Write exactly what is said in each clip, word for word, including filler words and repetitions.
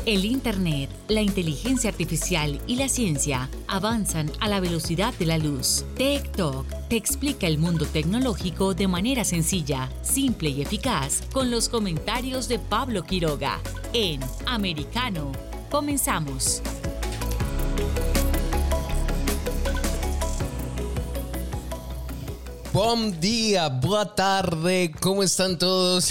El Internet, la inteligencia artificial y la ciencia avanzan a la velocidad de la luz. Tech Talk te explica el mundo tecnológico de manera sencilla, simple y eficaz con los comentarios de Pablo Quiroga en Americano. Comenzamos. Bom dia, boa tarde, como estão todos?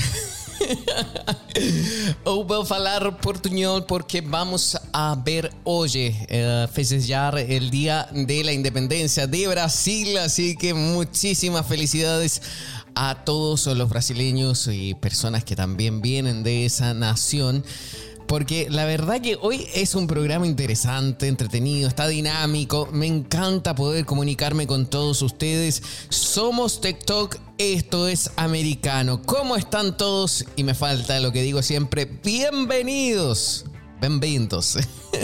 Eu vou falar portuñol porque vamos a ver hoy eh, festejar el Día de la Independencia de Brasil, así que muchísimas felicidades a todos los brasileños y personas que también vienen de esa nación. Porque la verdad que hoy es un programa interesante, entretenido, está dinámico. Me encanta poder comunicarme con todos ustedes. Somos Tech Talk, esto es Americano. ¿Cómo están todos? Y me falta lo que digo siempre, bienvenidos. Bienvenidos.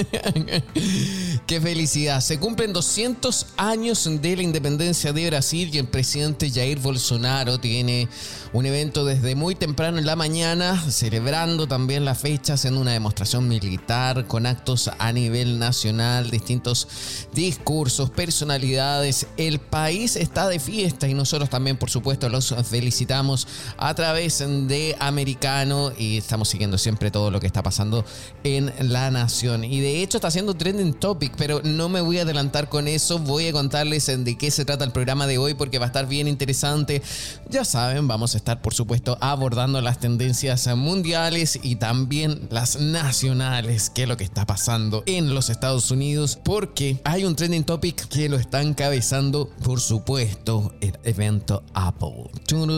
Qué felicidad. Se cumplen doscientos años de la independencia de Brasil y el presidente Jair Bolsonaro tiene un evento desde muy temprano en la mañana, celebrando también la fecha, haciendo una demostración militar con actos a nivel nacional, distintos discursos, personalidades. El país está de fiesta y nosotros también, por supuesto, los felicitamos a través de Americano y estamos siguiendo siempre todo lo que está pasando en la nación. Y de hecho está haciendo trending topic, pero no me voy a adelantar con eso. Voy a contarles de qué se trata el programa de hoy porque va a estar bien interesante. Ya saben, vamos a estar por supuesto abordando las tendencias mundiales y también las nacionales, qué es lo que está pasando en los Estados Unidos, porque hay un trending topic que lo está encabezando, por supuesto, el evento Apple.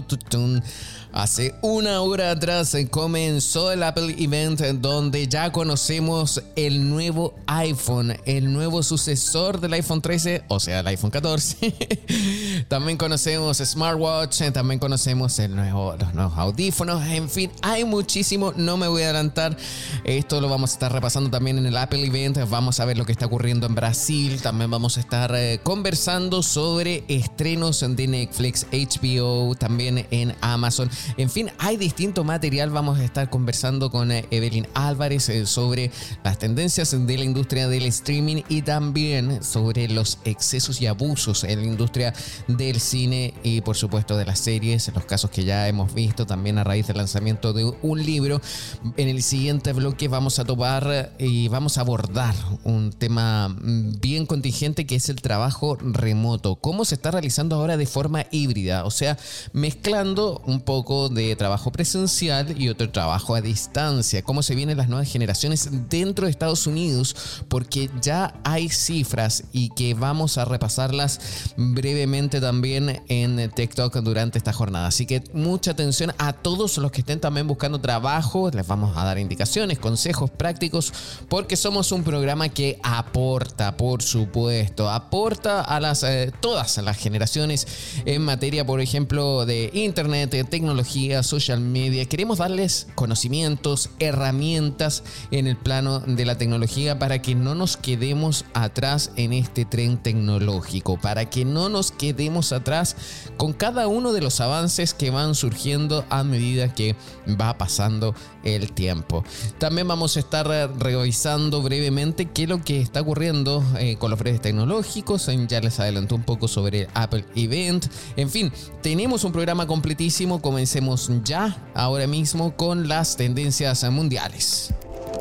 Hace una hora atrás comenzó el Apple Event, donde ya conocemos el nuevo iPhone, el nuevo sucesor del iPhone trece, o sea, el iPhone catorce. También conocemos smartwatch, también conocemos el nuevo, los nuevos audífonos. En fin, hay muchísimo, no me voy a adelantar. Esto lo vamos a estar repasando también en el Apple Event. Vamos a ver lo que está ocurriendo en Brasil. También vamos a estar eh, conversando sobre estrenos de Netflix, H B O, también en Amazon. En fin, hay distinto material. Vamos a estar conversando con eh, Evelyn Álvarez eh, sobre las tendencias de la industria del streaming y también sobre los excesos y abusos en la industria del cine y por supuesto de las series, los casos que ya hemos visto también a raíz del lanzamiento de un libro. En el siguiente bloque vamos a tomar y vamos a abordar un tema bien contingente que es el trabajo remoto. Cómo se está realizando ahora de forma híbrida, o sea, mezclando un poco de trabajo presencial y otro trabajo a distancia. Cómo se vienen las nuevas generaciones dentro de Estados Unidos, porque ya hay cifras y que vamos a repasarlas brevemente también en TikTok durante esta jornada. Así que mucha atención a todos los que estén también buscando trabajo. Les vamos a dar indicaciones, consejos prácticos, porque somos un programa que aporta, por supuesto, aporta a las eh, todas las generaciones en materia, por ejemplo, de internet, de tecnología, social media. Queremos darles conocimientos, herramientas en el plano de la tecnología para que no nos quedemos atrás en este tren tecnológico, para que no nos quedemos atrás con cada uno de los avances que van surgiendo a medida que va pasando el tiempo. También vamos a estar revisando brevemente qué es lo que está ocurriendo eh, con los breves tecnológicos. Ya les adelanté un poco sobre el Apple Event. En fin, tenemos un programa completísimo. Comencemos ya, ahora mismo, con las tendencias mundiales.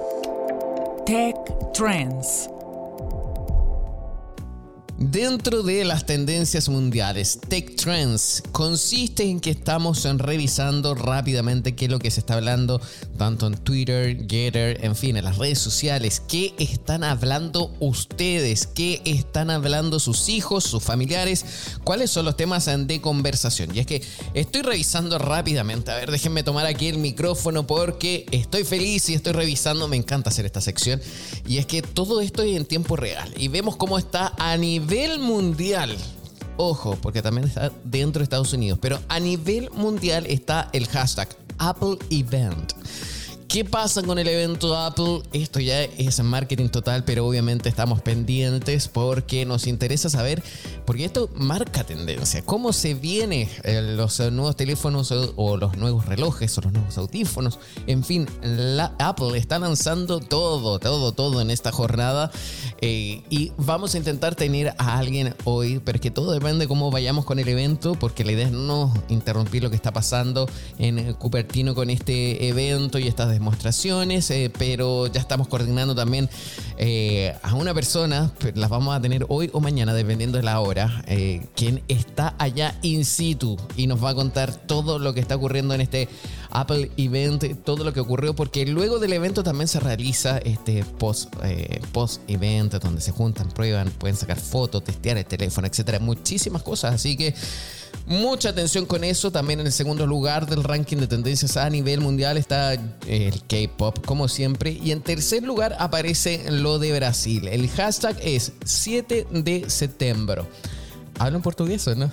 Tech Trends. Dentro de las tendencias mundiales, Tech Trends consiste en que estamos revisando rápidamente qué es lo que se está hablando tanto en Twitter, Getter, en fin, en las redes sociales. ¿Qué están hablando ustedes? ¿Qué están hablando sus hijos, sus familiares? ¿Cuáles son los temas de conversación? Y es que estoy revisando rápidamente. A ver, déjenme tomar aquí el micrófono porque estoy feliz y estoy revisando. Me encanta hacer esta sección. Y es que todo esto es en tiempo real. Y vemos cómo está a nivel nivel mundial, ojo, porque también está dentro de Estados Unidos, pero a nivel mundial está el hashtag Apple Event. ¿Qué pasa con el evento Apple? Esto ya es marketing total, pero obviamente estamos pendientes porque nos interesa saber, porque esto marca tendencia. ¿Cómo se vienen los nuevos teléfonos o los nuevos relojes o los nuevos audífonos? En fin, la Apple está lanzando todo, todo, todo en esta jornada eh, y vamos a intentar tener a alguien hoy, pero es que todo depende de cómo vayamos con el evento, porque la idea es no interrumpir lo que está pasando en Cupertino con este evento y estas demostraciones, eh, pero ya estamos coordinando también eh, a una persona, las vamos a tener hoy o mañana dependiendo de la hora, eh, quien está allá in situ y nos va a contar todo lo que está ocurriendo en este Apple Event, todo lo que ocurrió, porque luego del evento también se realiza este post, eh, post event donde se juntan, prueban, pueden sacar fotos, testear el teléfono, etcétera, muchísimas cosas, así que mucha atención con eso. También en el segundo lugar del ranking de tendencias a nivel mundial está el K-pop, como siempre. Y en tercer lugar aparece lo de Brasil. El hashtag es siete de septiembre. Hablo en portugués, ¿no?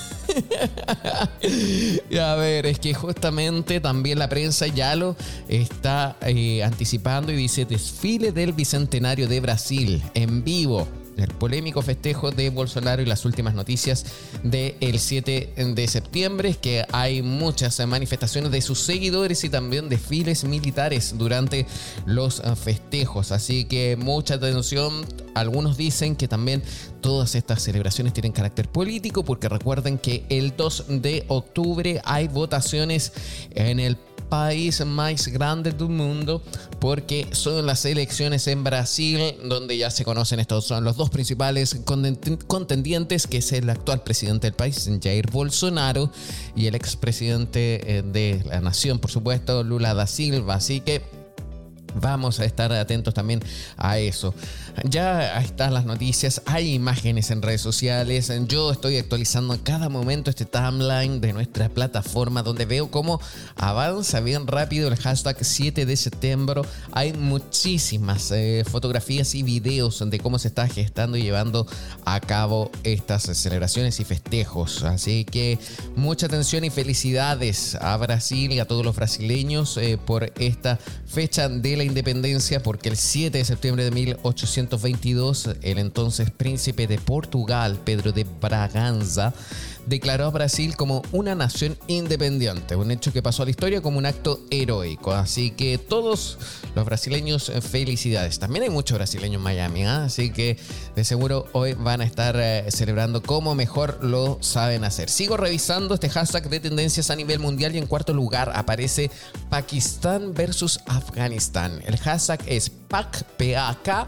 A ver, es que justamente también la prensa ya lo está eh, anticipando y dice: desfile del Bicentenario de Brasil en vivo. El polémico festejo de Bolsonaro y las últimas noticias del siete de septiembre es que hay muchas manifestaciones de sus seguidores y también desfiles militares durante los festejos. Así que mucha atención. Algunos dicen que también todas estas celebraciones tienen carácter político, porque recuerden que el dos de octubre hay votaciones en el país más grande del mundo, porque son las elecciones en Brasil, donde ya se conocen estos son los dos principales contendientes, que es el actual presidente del país, Jair Bolsonaro, y el expresidente de la nación, por supuesto, Lula da Silva. Así que vamos a estar atentos también a eso. Ya están las noticias, hay imágenes en redes sociales. Yo estoy actualizando en cada momento este timeline de nuestra plataforma, donde veo cómo avanza bien rápido el hashtag siete de septiembre. Hay muchísimas eh, fotografías y videos de cómo se está gestando y llevando a cabo estas celebraciones y festejos. Así que mucha atención y felicidades a Brasil y a todos los brasileños eh, por esta fecha de la independencia, porque el siete de septiembre de mil ochocientos veintidós el entonces príncipe de Portugal, Pedro de Braganza, declaró a Brasil como una nación independiente, un hecho que pasó a la historia como un acto heroico. Así que todos los brasileños, felicidades. También hay muchos brasileños en Miami, ¿eh? Así que de seguro hoy van a estar eh, celebrando como mejor lo saben hacer. Sigo revisando este hashtag de tendencias a nivel mundial y en cuarto lugar aparece Pakistán versus Afganistán. El hashtag es P A C, P A K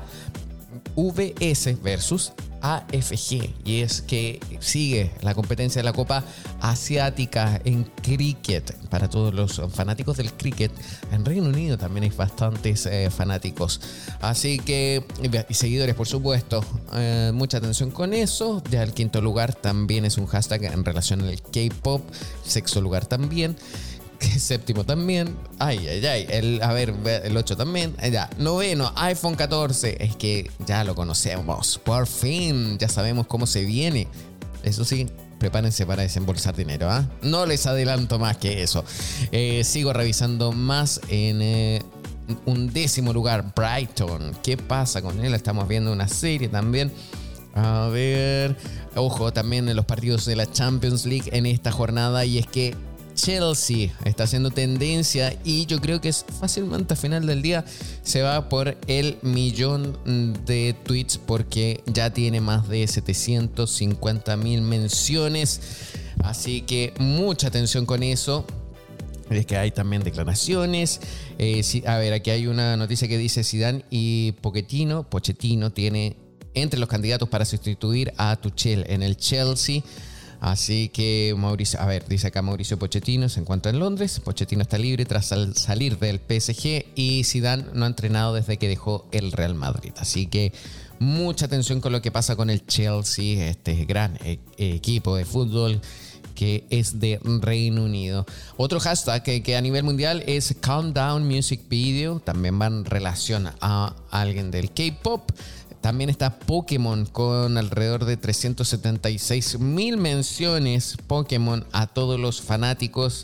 V S versus A F G, y es que sigue la competencia de la Copa Asiática en cricket. Para todos los fanáticos del cricket, en Reino Unido también hay bastantes eh, fanáticos, así que, y seguidores, por supuesto. Eh, mucha atención con eso. Ya el quinto lugar también es un hashtag en relación al K-pop. Sexto lugar también. Séptimo también. Ay, ay, ay. El, a ver, el ocho también. Ya. Noveno, iPhone catorce. Es que ya lo conocemos. Por fin, ya sabemos cómo se viene. Eso sí, prepárense para desembolsar dinero, ¿ah? ¿eh? No les adelanto más que eso. Eh, sigo revisando más en eh, un décimo lugar, Brighton. ¿Qué pasa con él? Estamos viendo una serie también. A ver. Ojo, también en los partidos de la Champions League en esta jornada. Y es que Chelsea está haciendo tendencia y yo creo que es fácilmente a final del día se va por el millón de tweets, porque ya tiene más de setecientos cincuenta mil menciones. Así que mucha atención con eso. Es que hay también declaraciones. Eh, sí, a ver, aquí hay una noticia que dice: Zidane y Pochettino, Pochettino tiene entre los candidatos para sustituir a Tuchel en el Chelsea. Así que Mauricio, a ver, dice acá Mauricio Pochettino se encuentra en Londres. Pochettino está libre tras salir del P S G y Zidane no ha entrenado desde que dejó el Real Madrid. Así que mucha atención con lo que pasa con el Chelsea, este gran e- equipo de fútbol que es de Reino Unido. Otro hashtag que, que a nivel mundial es Calm Down Music Video. También va en relación a alguien del K-pop. También está Pokémon con alrededor de trescientos setenta y seis mil menciones. Pokémon a todos los fanáticos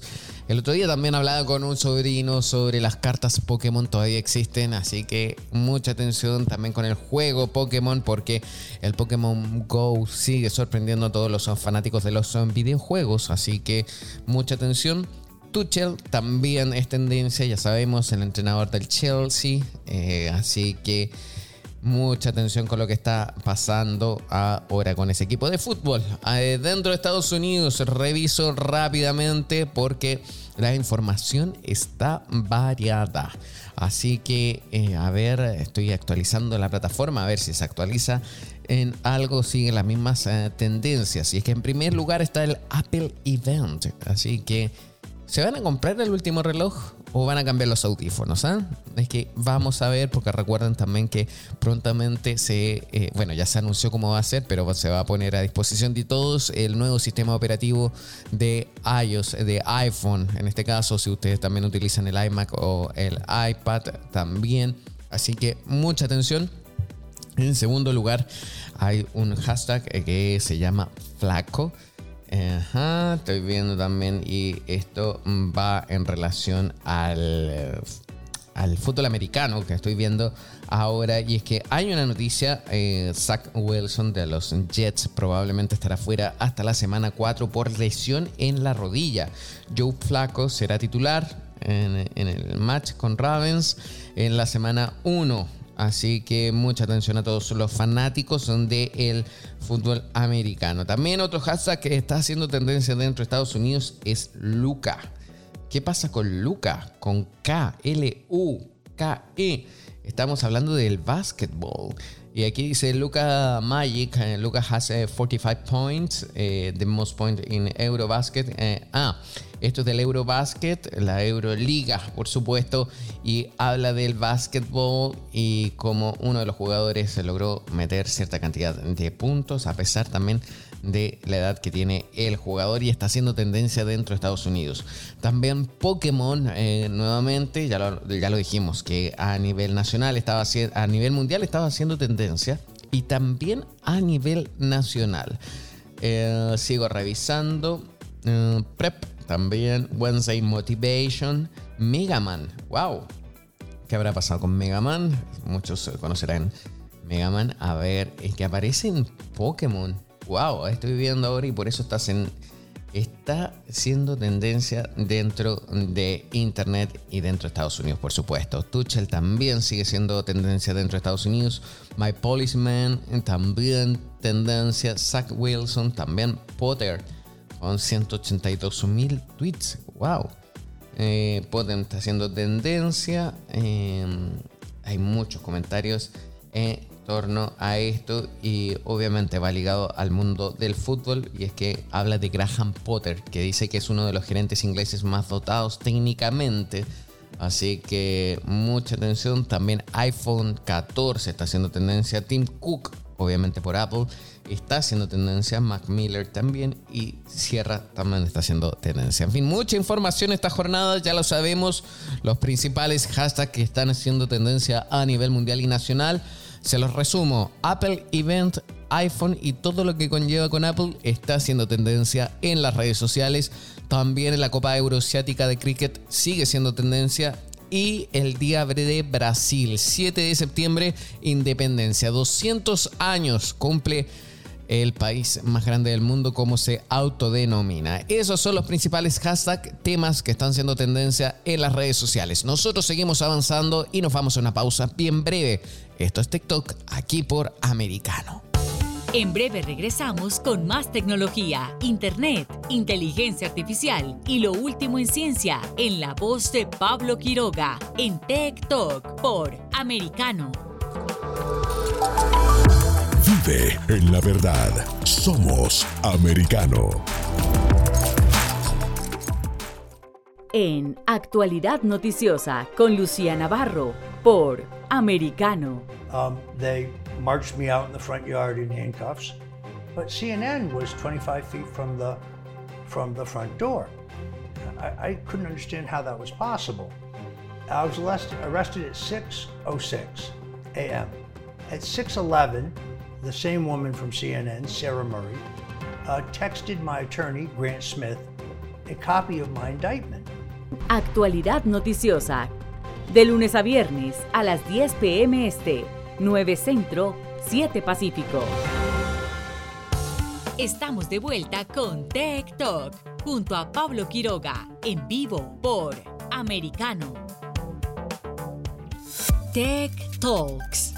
El otro día también hablaba con un sobrino sobre las cartas Pokémon, todavía existen, así que mucha atención también con el juego Pokémon, porque el Pokémon Go sigue sorprendiendo a todos los fanáticos de los videojuegos, así que mucha atención. Tuchel también es tendencia, ya sabemos, el entrenador del Chelsea, eh, así que mucha atención con lo que está pasando ahora con ese equipo de fútbol. Eh, dentro de Estados Unidos, reviso rápidamente porque la información está variada. Así que, eh, a ver, estoy actualizando la plataforma, a ver si se actualiza en algo, sigue las mismas eh, tendencias. Y es que en primer lugar está el Apple Event. Así que, ¿se van a comprar el último reloj o van a cambiar los audífonos? ¿eh? Es que vamos a ver, porque recuerden también que prontamente se, eh, bueno, ya se anunció cómo va a ser, pero se va a poner a disposición de todos el nuevo sistema operativo de iOS, de iPhone. En este caso, si ustedes también utilizan el iMac o el iPad también. Así que mucha atención. En segundo lugar, hay un hashtag que se llama Flaco. Ajá, estoy viendo también, y esto va en relación al, al fútbol americano que estoy viendo ahora, y es que hay una noticia. eh, Zach Wilson de los Jets probablemente estará fuera hasta la semana cuatro por lesión en la rodilla. Joe Flacco será titular en, en el match con Ravens en la semana uno. Así que mucha atención a todos los fanáticos del fútbol americano. También otro hashtag que está haciendo tendencia dentro de Estados Unidos es Luka. ¿Qué pasa con Luka? Con K, L U K E. Estamos hablando del básquetbol. Y aquí dice Luka Magic. Uh, Luka has uh, forty-five points, uh, the most points in Eurobasket. Uh, ah, esto es del Eurobasket, la Euroliga, por supuesto. Y habla del básquetbol y como uno de los jugadores se logró meter cierta cantidad de puntos, a pesar también de la edad que tiene el jugador, y está haciendo tendencia dentro de Estados Unidos. También Pokémon, eh, nuevamente, ya lo, ya lo dijimos, que a nivel nacional estaba a nivel mundial estaba haciendo tendencia, y también a nivel nacional. Eh, sigo revisando. Eh, Prep también, Wednesday Motivation, Mega Man. Wow, ¿qué habrá pasado con Mega Man? Muchos conocerán Mega Man. A ver, es que aparece en Pokémon. Wow, estoy viendo ahora, y por eso estás en, está siendo tendencia dentro de Internet y dentro de Estados Unidos, por supuesto. Tuchel también sigue siendo tendencia dentro de Estados Unidos. My Policeman también tendencia. Zach Wilson también. Potter con ciento ochenta y dos mil tweets. Wow. Eh, Potter está haciendo tendencia. Eh, hay muchos comentarios en torno a esto, y obviamente va ligado al mundo del fútbol, y es que habla de Graham Potter, que dice que es uno de los gerentes ingleses más dotados técnicamente. Así que mucha atención. También iPhone catorce está haciendo tendencia. Tim Cook, obviamente por Apple, está haciendo tendencia. Mac Miller también, y Sierra también está haciendo tendencia. En fin, mucha información esta jornada, ya lo sabemos. Los principales hashtags que están haciendo tendencia a nivel mundial y nacional. Se los resumo: Apple Event, iPhone y todo lo que conlleva con Apple está haciendo tendencia en las redes sociales. También en la Copa Euroasiática de Cricket sigue siendo tendencia. Y el Día de Brasil, siete de septiembre, independencia. doscientos años cumple el país más grande del mundo, como se autodenomina. Esos son los principales hashtags, temas que están siendo tendencia en las redes sociales. Nosotros seguimos avanzando y nos vamos a una pausa bien breve. Esto es TikTok, aquí por Americano. En breve regresamos con más tecnología, internet, inteligencia artificial y lo último en ciencia, en la voz de Pablo Quiroga, en Tech Talk por Americano. Vive en la verdad. Somos Americano. En Actualidad Noticiosa con Lucía Navarro por Americano. Um, they marched me out in the front yard in handcuffs, but C N N was twenty-five feet from the from the front door. I, I couldn't understand how that was possible. I was arrested, arrested at six oh six a.m. At six eleven, the same woman from C N N, Sarah Murray, uh, texted my attorney, Grant Smith, a copy of my indictment. Actualidad noticiosa. De lunes a viernes a las diez pe eme este, nueve Centro, siete Pacífico. Estamos de vuelta con Tech Talk, junto a Pablo Quiroga, en vivo por Americano. Tech Talks.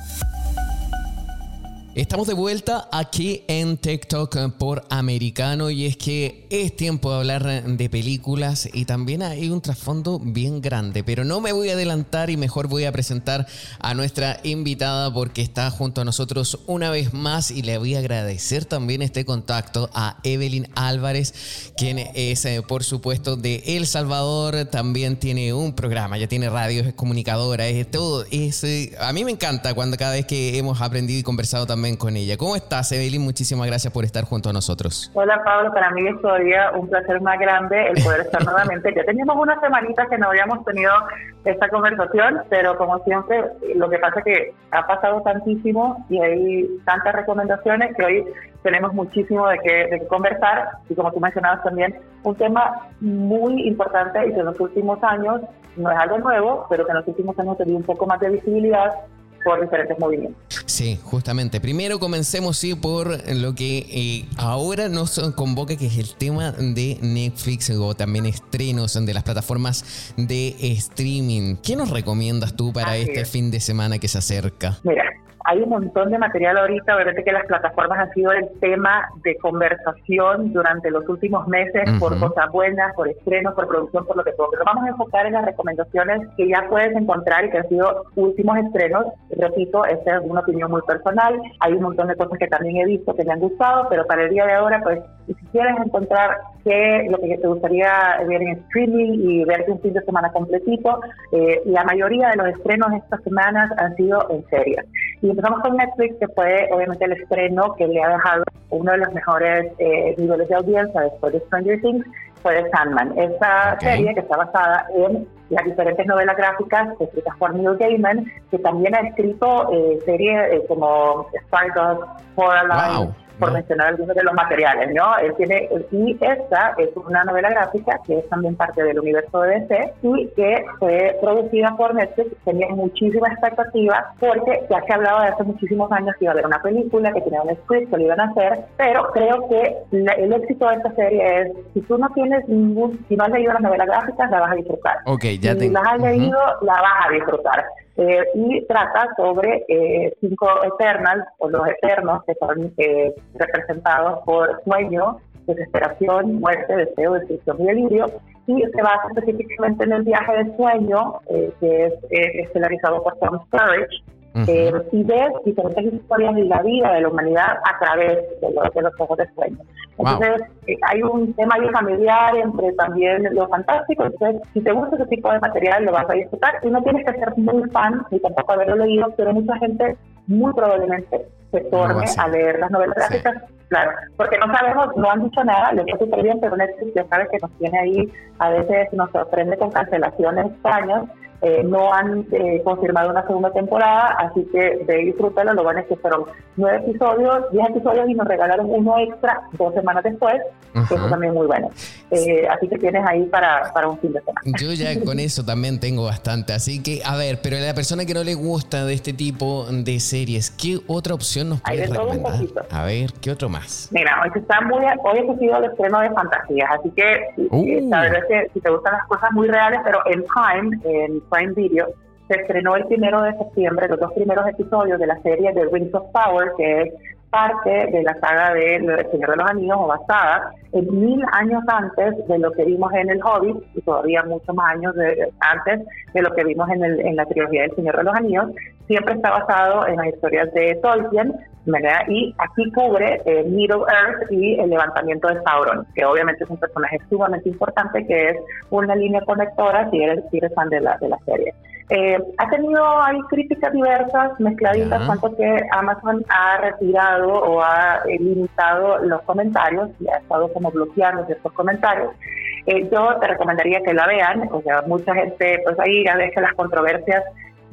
Estamos de vuelta aquí en Tech Talk por Americano, y es que es tiempo de hablar de películas y también hay un trasfondo bien grande, pero no me voy a adelantar y mejor voy a presentar a nuestra invitada porque está junto a nosotros una vez más, y le voy a agradecer también este contacto a Evelyn Álvarez, quien es eh, por supuesto de El Salvador, también tiene un programa, ya tiene radio, es comunicadora, es todo, es, eh, a mí me encanta cuando cada vez que hemos aprendido y conversado también con ella. ¿Cómo estás, Evelyn? Muchísimas gracias por estar junto a nosotros. Hola, Pablo. Para mí es todavía un placer más grande el poder estar nuevamente. Ya teníamos unas semanitas que no habíamos tenido esta conversación, pero como siempre, lo que pasa es que ha pasado tantísimo y hay tantas recomendaciones que hoy tenemos muchísimo de qué, de qué conversar, y como tú mencionabas también, un tema muy importante y que en los últimos años no es algo nuevo, pero que en los últimos años ha tenido un poco más de visibilidad por diferentes movimientos. Sí, justamente. Primero comencemos sí por lo que eh, ahora nos convoca, que es el tema de Netflix o también estrenos de las plataformas de streaming. ¿Qué nos recomiendas tú para Así este es. fin de semana que se acerca? Mira, hay un montón de material ahorita. Obviamente que las plataformas han sido el tema de conversación durante los últimos meses, uh-huh. por cosas buenas, por estrenos, por producción, por lo que todo. Pero vamos a enfocar en las recomendaciones que ya puedes encontrar y que han sido últimos estrenos. Repito, esta es una opinión muy personal. Hay un montón de cosas que también he visto que me han gustado, pero para el día de ahora, pues, si quieres encontrar qué lo que te gustaría ver en streaming y verte un fin de semana completito, eh, la mayoría de los estrenos estas semanas han sido en series. Y empezamos con Netflix, que fue obviamente el estreno que le ha dejado uno de los mejores eh, niveles de audiencia después de Stranger Things, fue de Sandman. Esta okay. serie que está basada en las diferentes novelas gráficas escritas por Neil Gaiman, que también ha escrito eh, series eh, como Stardust, Coraline, wow. por no. mencionar algunos de los materiales, ¿no? Él tiene, y esta es una novela gráfica que es también parte del universo de D C y que fue producida por Netflix. Tenía muchísima expectativa porque ya se hablaba de hace muchísimos años que iba a haber una película, que tenía un script, que lo iban a hacer, pero creo que la, el éxito de esta serie es, si tú no tienes ningún, si no has leído las novelas gráficas, la vas a disfrutar. Okay, ya si te... las has uh-huh. leído, la vas a disfrutar. Eh, y trata sobre eh, cinco Eternals, o los Eternos, que son eh, representados por sueño, desesperación, muerte, deseo, destrucción y delirio, y se basa específicamente en el viaje de sueño, eh, que es eh, estelarizado por Tom Sturridge. Uh-huh. Eh, y ves diferentes historias de la vida de la humanidad a través de, lo, de los ojos de sueño. Entonces, wow. eh, hay un tema ahí familiar entre también lo fantástico. Entonces, si te gusta ese tipo de material, lo vas a disfrutar. Y no tienes que ser muy fan ni tampoco haberlo leído, pero mucha gente muy probablemente se torne no a leer las novelas sí. gráficas. Claro, porque no sabemos, no han dicho nada, le fue súper bien, pero Netflix ya sabe que nos tiene ahí, a veces nos sorprende con cancelaciones extrañas. Eh, no han eh, confirmado una segunda temporada, así que de disfrútalo. Lo van a decir, fueron nueve episodios, diez episodios y nos regalaron uno extra dos semanas después, uh-huh. que eso también es muy bueno. Eh, así que tienes ahí para, para un fin de semana. Yo ya con eso también tengo bastante, así que, a ver, pero a la persona que no le gusta de este tipo de series, ¿qué otra opción nos puedes recomendar? A ver, ¿qué otro más? Mira, hoy está muy, hoy ha sido el estreno de Fantasías, así que uh. la verdad es que si te gustan las cosas muy reales, pero en Prime, en Prime Video, se estrenó el primero de septiembre los dos primeros episodios de la serie The Rings of Power, que es parte de la saga de El Señor de los Anillos, o basada en mil años antes de lo que vimos en El Hobbit, y todavía muchos más años de, antes de lo que vimos en, el, en la trilogía del Señor de los Anillos. Siempre está basado en las historias de Tolkien, ¿verdad? Y aquí cubre eh, Middle Earth y el levantamiento de Sauron, que obviamente es un personaje sumamente importante, que es una línea conectora si eres, si eres fan de la, de la serie. Eh, ha tenido hay críticas diversas, mezcladitas, uh-huh. tanto que Amazon ha retirado o ha eh, limitado los comentarios y ha estado como bloqueando ciertos comentarios. Eh, yo te recomendaría que la vean, o sea, mucha gente, pues ahí a veces las controversias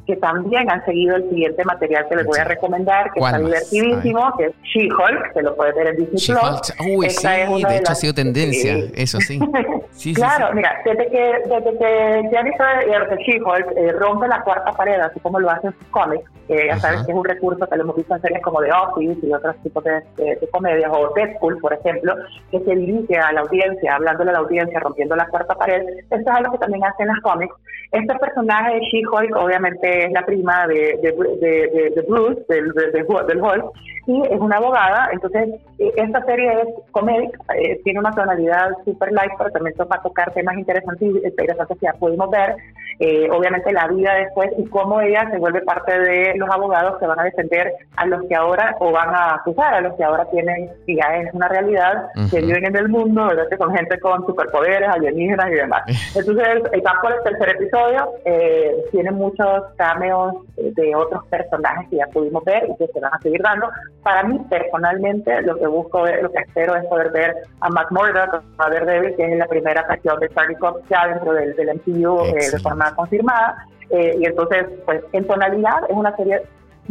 que también han seguido el siguiente material que les voy a recomendar, que está divertidísimo, que es She-Hulk, que lo puedes ver en Disney Plus. Uy, sí, de, de hecho las... ha sido tendencia, sí. Eso sí. sí claro, sí, sí. mira, desde que, desde que Jennifer She-Hulk eh, rompe la cuarta pared, así como lo hace en sus cómics, eh, ya sabes que es un recurso que lo hemos visto en series como The Office y otros tipos de, de, de comedias, o Deadpool, por ejemplo, que se dirige a la audiencia, hablándole a la audiencia, rompiendo la cuarta pared. Esto es algo que también hacen las cómics. Este personaje de She-Hulk obviamente es la prima de, de, de, de, de Bruce, del, de, de, del Hulk, y es una abogada. Entonces esta serie es comédica, eh, tiene una tonalidad super light, pero también va a tocar temas interesantes, interesantes que ya pudimos ver, eh, obviamente la vida después y cómo ella se vuelve parte de los abogados que van a defender a los que ahora, o van a acusar a los que ahora tienen, y ya es una realidad, uh-huh. que viven en el mundo, ¿verdad? Que son gente con superpoderes, alienígenas y demás. Entonces está por el tercer episodio, eh, tiene muchos cameos de otros personajes que ya pudimos ver y que se van a seguir dando. Para mí, personalmente, lo que busco ver, lo que espero es poder ver a Matt Murdock, a Daredevil, que es la primera canción de Charlie Cox ya dentro del, del M C U eh, de forma confirmada. Eh, y entonces, pues, en tonalidad, es una serie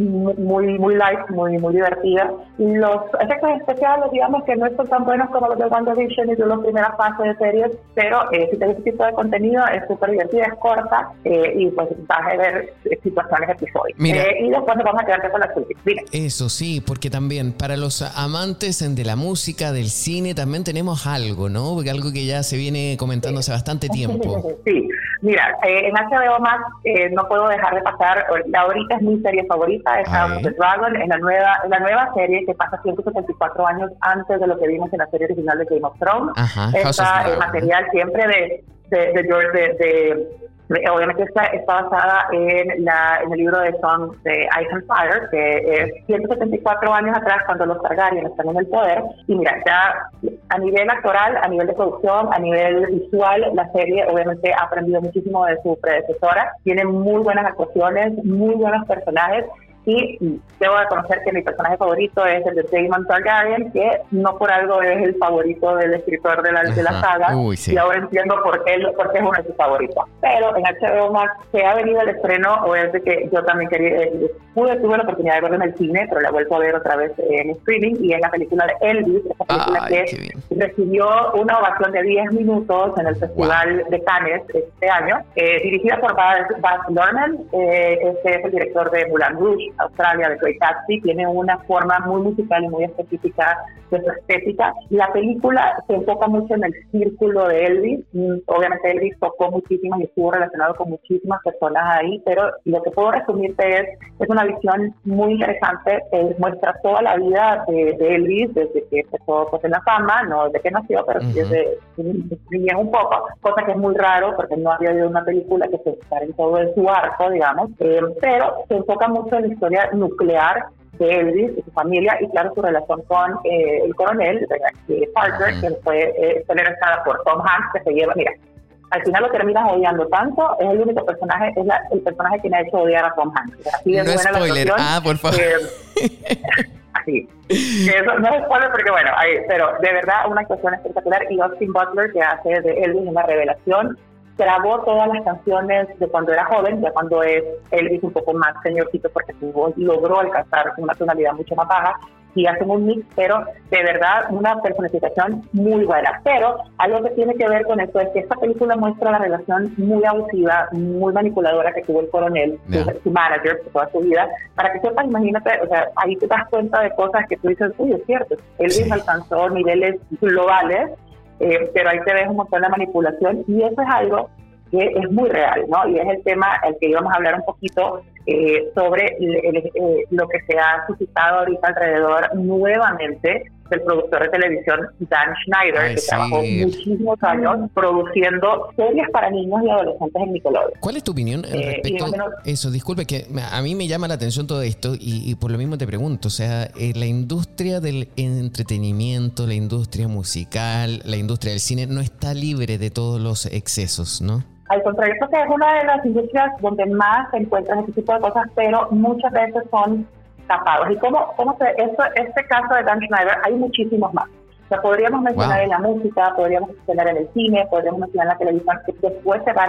muy muy light, muy muy divertida. Los efectos especiales, digamos que no son tan buenos como los de WandaVision y de las primeras fases de series, pero eh, si te gusta este tipo de contenido, es súper divertida, es corta, eh, y pues vas a ver situaciones episódicas. Eh, y después nos vamos a quedarte con la serie. Mira. Eso sí, porque también para los amantes de la música, del cine, también tenemos algo, ¿no? Porque algo que ya se viene comentando hace bastante tiempo. Sí, mira, eh, en H B O Max eh, no puedo dejar de pasar, ahorita es mi serie favorita, es House of the Dragon, en la nueva en la nueva serie que pasa ciento setenta y cuatro años antes de lo que vimos en la serie original de Game of Thrones. Ajá, está el material siempre de de, de George de, de, de obviamente está, está basada en la en el libro de Song de Ice and Fire, que es ciento setenta y cuatro años atrás, cuando los Targaryen están en el poder. Y mira, ya a nivel actoral, a nivel de producción, a nivel visual, la serie obviamente ha aprendido muchísimo de su predecesora. Tiene muy buenas actuaciones, muy buenos personajes. Y debo reconocer que mi personaje favorito es el de Daemon Targaryen, que no por algo es el favorito del escritor de la, de la saga. Uy, sí. Y ahora entiendo por qué, por qué es uno de sus favoritos. Pero en H B O Max se ha venido el estreno, obviamente que yo también quería, eh, pude, tuve la oportunidad de verlo en el cine, pero la vuelvo a ver otra vez en streaming, y es la película de Elvis, esa película Ay, que recibió una ovación de diez minutos en el Festival wow. de Cannes este año, eh, dirigida por Baz, Baz Luhrmann, eh, este es el director de Moulin Rouge, Australia, de Great Gatsby. Tiene una forma muy musical y muy específica de su estética. La película se enfoca mucho en el círculo de Elvis. Obviamente Elvis tocó muchísimo y estuvo relacionado con muchísimas personas ahí, pero lo que puedo resumirte es, es una visión muy interesante. Eh, muestra toda la vida de, de Elvis desde que empezó pues, en la fama, no desde que nació, pero uh-huh. desde niñez un poco, cosa que es muy raro porque no había habido una película que se enfocara en todo en su arco, digamos, eh, pero se enfoca mucho en la historia nuclear de Elvis y su familia, y claro, su relación con eh, el coronel eh, Parker, uh-huh. que fue eh, realizada por Tom Hanks, que se lleva, mira, al final lo terminas odiando tanto, es el único personaje, es la, el personaje que me ha hecho odiar a Tom Hanks. Así no es spoiler, la ah, por favor. Eh, así. Eso no es spoiler porque bueno, hay, pero de verdad una actuación espectacular, y Austin Butler, que hace de Elvis una revelación, grabó todas las canciones de cuando era joven, ya cuando es Elvis un poco más señorcito, porque tuvo, logró alcanzar una tonalidad mucho más baja, y hacen un mix, pero de verdad una personificación muy buena. Pero algo que tiene que ver con esto es que esta película muestra la relación muy abusiva, muy manipuladora que tuvo el coronel, yeah. su, su manager, por toda su vida. Para que sepas, imagínate, o sea, ahí te das cuenta de cosas que tú dices, uy, es cierto, Elvis sí. alcanzó niveles globales, eh, pero ahí te ves un montón de manipulación, y eso es algo que es muy real, ¿no? Y es el tema al que íbamos a hablar un poquito eh, sobre el, el, eh, lo que se ha suscitado ahorita alrededor nuevamente del productor de televisión Dan Schneider, Ay, que sí. trabajó muchísimos años produciendo series para niños y adolescentes en Nickelodeon. ¿Cuál es tu opinión eh, respecto a eso? Disculpe, que a mí me llama la atención todo esto, y, y por lo mismo te pregunto, o sea, eh, la industria del entretenimiento, la industria musical, la industria del cine no está libre de todos los excesos, ¿no? Al contrario, creo que es una de las industrias donde más se encuentran este tipo de cosas, pero muchas veces son tapados. ¿Y cómo, cómo se, esto, este caso de Dan Schneider, hay muchísimos más? O sea, podríamos mencionar wow. en la música, podríamos mencionar en el cine, podríamos mencionar en la televisión, que después se van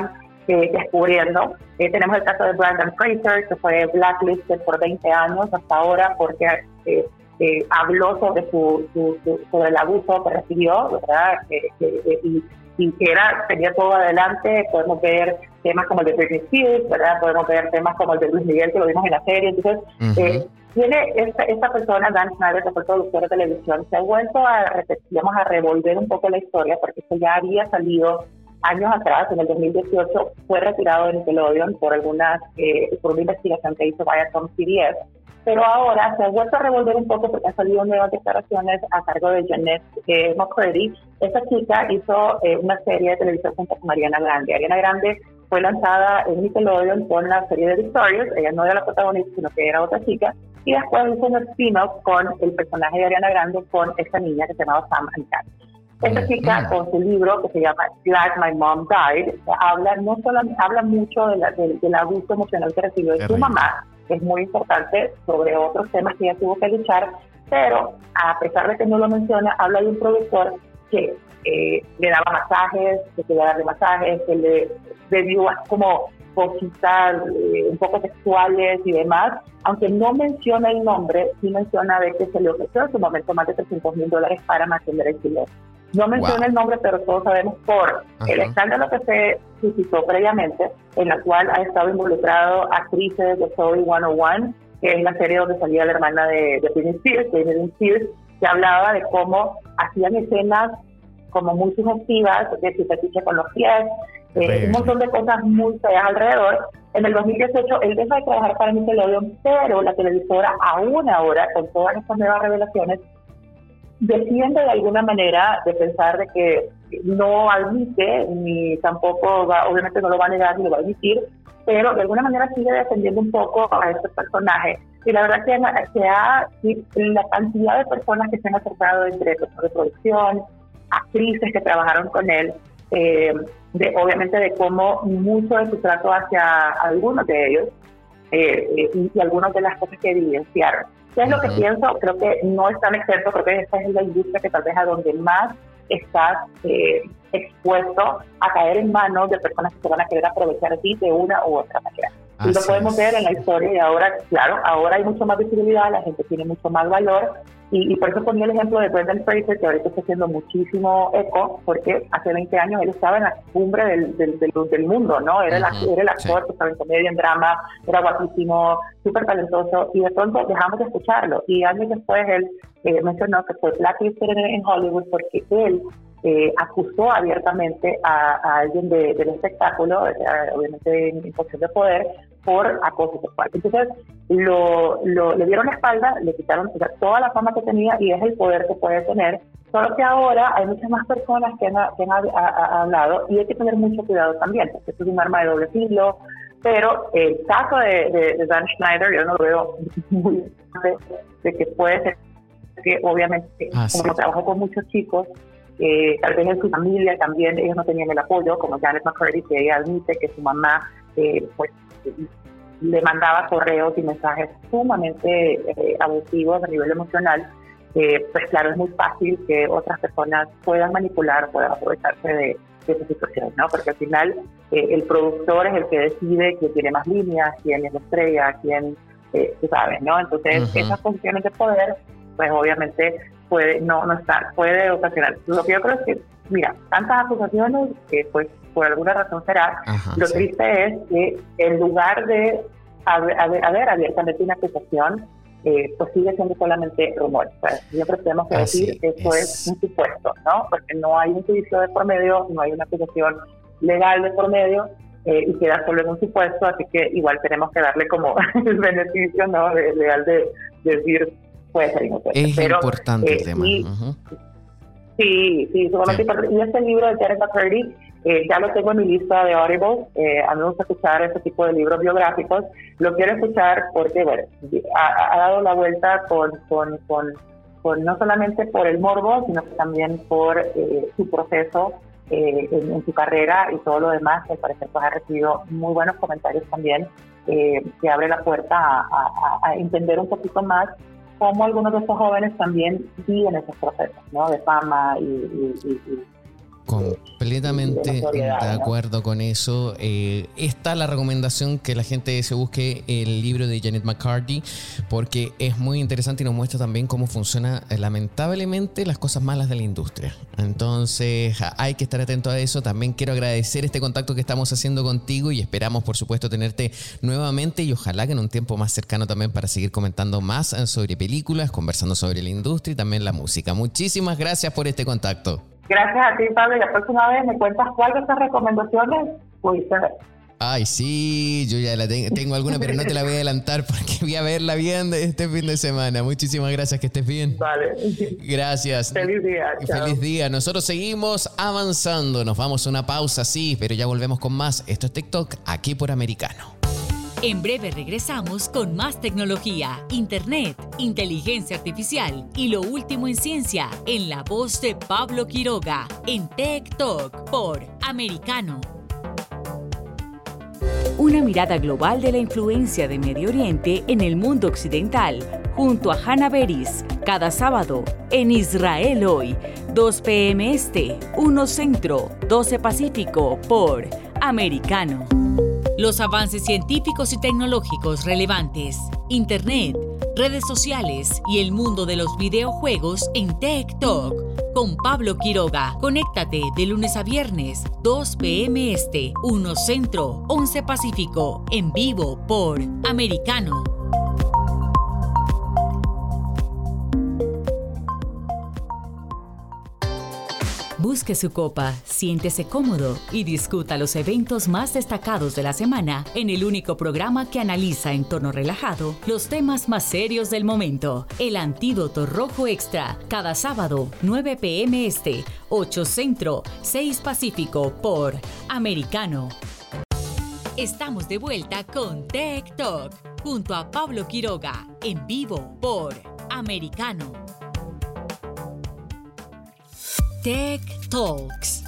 eh, descubriendo. Eh, tenemos el caso de Brendan Fraser, que fue blacklisted por veinte años hasta ahora porque eh, eh, habló sobre su, su, su sobre el abuso que recibió, ¿verdad? Eh, eh, y, y que era, tenía todo adelante. Podemos ver temas como el de Britney Spears, ¿verdad? Podemos ver temas como el de Luis Miguel, que lo vimos en la serie. Entonces, uh-huh. eh, tiene esta, esta persona, Dan Schneider, que fue productor de televisión, se ha vuelto a, digamos, a revolver un poco la historia, porque esto ya había salido años atrás. En el dos mil dieciocho fue retirado de Nickelodeon por algunas eh, por una investigación que hizo Viacom C B S, pero ahora se ha vuelto a revolver un poco porque han salido nuevas declaraciones a cargo de Jeanette eh, McCurdy. Esta chica hizo eh, una serie de televisión junto con Ariana Grande. Ariana Grande fue lanzada en Nickelodeon con la serie de Victorious. Ella no era la protagonista, sino que era otra chica. Y después hizo un spin-off con el personaje de Ariana Grande con esta niña que se llamaba Sam and Cat. Esta chica, con su libro que se llama Glad My Mom Died, habla no solo habla mucho de la, de, del abuso emocional que recibió de su mamá, que es muy importante, sobre otros temas que ella tuvo que luchar, pero a pesar de que no lo menciona, habla de un productor que eh, le daba masajes, que quería darle masajes, que le, le dio como cositas eh, un poco sexuales y demás, aunque no menciona el nombre, sí menciona de que se le ofreció en su momento más de trescientos mil dólares para mantener el silencio. No menciona wow. el nombre, pero todos sabemos por Ajá. el escándalo que se suscitó previamente, en la cual ha estado involucrado actrices de Zoe ciento uno, que es la serie donde salía la hermana de, de Britney Spears, de Britney Spears, que hablaba de cómo hacían escenas como muy sugestivas, de su fetiche con los pies, eh, un montón de cosas muy feas alrededor. En el dos mil dieciocho él deja de trabajar para Nickelodeon, pero la televisora aún ahora, con todas estas nuevas revelaciones, defiende de alguna manera de pensar de que no admite, ni tampoco va, obviamente no lo va a negar ni lo va a admitir, pero de alguna manera sigue defendiendo un poco a estos personajes. Y la verdad que, que ha, la cantidad de personas que se han acercado entre de producción, actrices que trabajaron con él, eh, de, obviamente de cómo mucho de su trato hacia algunos de ellos eh, y, y algunas de las cosas que evidenciaron. ¿Qué es lo que uh-huh. pienso? Creo que no es tan exento, creo que esta es la industria que tal vez a donde más estás eh, expuesto a caer en manos de personas que se van a querer aprovechar de ti de una u otra manera. Así y lo podemos es. ver en la historia y ahora, claro, ahora hay mucho más visibilidad, la gente tiene mucho más valor y, y por eso ponía el ejemplo de Brendan Fraser, que ahorita está haciendo muchísimo eco, porque hace veinte años él estaba en la cumbre del, del, del, del mundo, ¿no? Era, uh-huh. el, era el actor sí. que estaba en comedia, en drama, era guapísimo, súper talentoso, y de pronto dejamos de escucharlo. Y años después él eh, mencionó que fue blacklisted en, en Hollywood porque él eh, acusó abiertamente a, a alguien de, del espectáculo, eh, obviamente en, en posición de poder, por acoso sexual. Entonces lo, lo, le dieron la espalda, le quitaron o sea, toda la fama que tenía y es el poder que puede tener, solo que ahora hay muchas más personas que han, que han a, a, a hablado y hay que tener mucho cuidado también, porque esto es un arma de doble filo, pero el caso de, de, de Dan Schneider yo no lo veo muy de, de que puede ser que obviamente ah, sí. como trabajó con muchos chicos, eh, tal vez en su familia también ellos no tenían el apoyo, como Janet McCurdy, que ella admite que su mamá eh, pues le mandaba correos y mensajes sumamente eh, abusivos a nivel emocional, eh, pues claro, es muy fácil que otras personas puedan manipular, puedan aprovecharse de, de esa situación, ¿no? Porque al final eh, el productor es el que decide quién tiene más líneas, quién es la estrella, quién, eh, tú sabes, ¿no? Entonces, uh-huh. esas posiciones de poder, pues obviamente puede no, no estar, puede ocasionar. Lo que yo creo es que, mira, tantas acusaciones que pues por alguna razón será, Ajá, lo sí. triste es que en lugar de haber, haber, haber abiertamente una acusación, eh, pues sigue siendo solamente rumores. O sea, siempre tenemos que Así decir que eso es. es un supuesto, ¿no? Porque no hay un juicio de por medio, no hay una acusación legal de por medio, eh, y queda solo en un supuesto, así que igual tenemos que darle como el beneficio, ¿no? De, legal de, de decir puede ser inocente. Es Pero, importante eh, el tema. Y, uh-huh. Sí, sí, sumamente importante. Y este libro de Janet McCurdy, eh, ya lo tengo en mi lista de Audible. Eh, a mí me gusta escuchar este tipo de libros biográficos. Lo quiero escuchar porque, bueno, ha, ha dado la vuelta con, con, con, con no solamente por el morbo, sino que también por eh, su proceso eh, en, en su carrera y todo lo demás, que al parecer pues, ha recibido muy buenos comentarios también, eh, que abre la puerta a, a, a entender un poquito más cómo algunos de estos jóvenes también viven esos procesos, ¿no? De fama y, y, y, y Completamente de acuerdo, ¿no?, con eso. Eh, está la recomendación que la gente se busque el libro de Janet McCarthy, porque es muy interesante y nos muestra también cómo funciona, eh, lamentablemente, las cosas malas de la industria. Entonces hay que estar atento a eso. También quiero agradecer este contacto que estamos haciendo contigo y esperamos, por supuesto, tenerte nuevamente y ojalá que en un tiempo más cercano también para seguir comentando más sobre películas, conversando sobre la industria y también la música. Muchísimas gracias por este contacto. Gracias a ti, Pablo, y la próxima vez me cuentas cuál de estas recomendaciones pudiste ver. Ay, sí, yo ya la te- tengo alguna, pero no te la voy a adelantar porque voy a verla bien este fin de semana. Muchísimas gracias, que estés bien. Vale. Gracias. Feliz día. Chao. Feliz día. Nosotros seguimos avanzando. Nos vamos a una pausa, sí, pero ya volvemos con más. Esto es TikTok, aquí por Americano. En breve regresamos con más tecnología, internet, inteligencia artificial y lo último en ciencia en la voz de Pablo Quiroga en Tech Talk por Americano. Una mirada global de la influencia de Medio Oriente en el mundo occidental, junto a Hannah Beris, cada sábado en Israel Hoy, dos p.m. Este, uno Centro, doce Pacífico por Americano. Los avances científicos y tecnológicos relevantes, Internet, redes sociales y el mundo de los videojuegos en Tech Talk con Pablo Quiroga. Conéctate de lunes a viernes, dos p.m. Este, uno Centro, once Pacífico, en vivo por Americano. Busque su copa, siéntese cómodo y discuta los eventos más destacados de la semana en el único programa que analiza en tono relajado los temas más serios del momento. El Antídoto Rojo Extra, cada sábado, nueve p.m. Este, ocho Centro, seis Pacífico por Americano. Estamos de vuelta con Tech Talk junto a Pablo Quiroga en vivo por Americano. Tech Talks.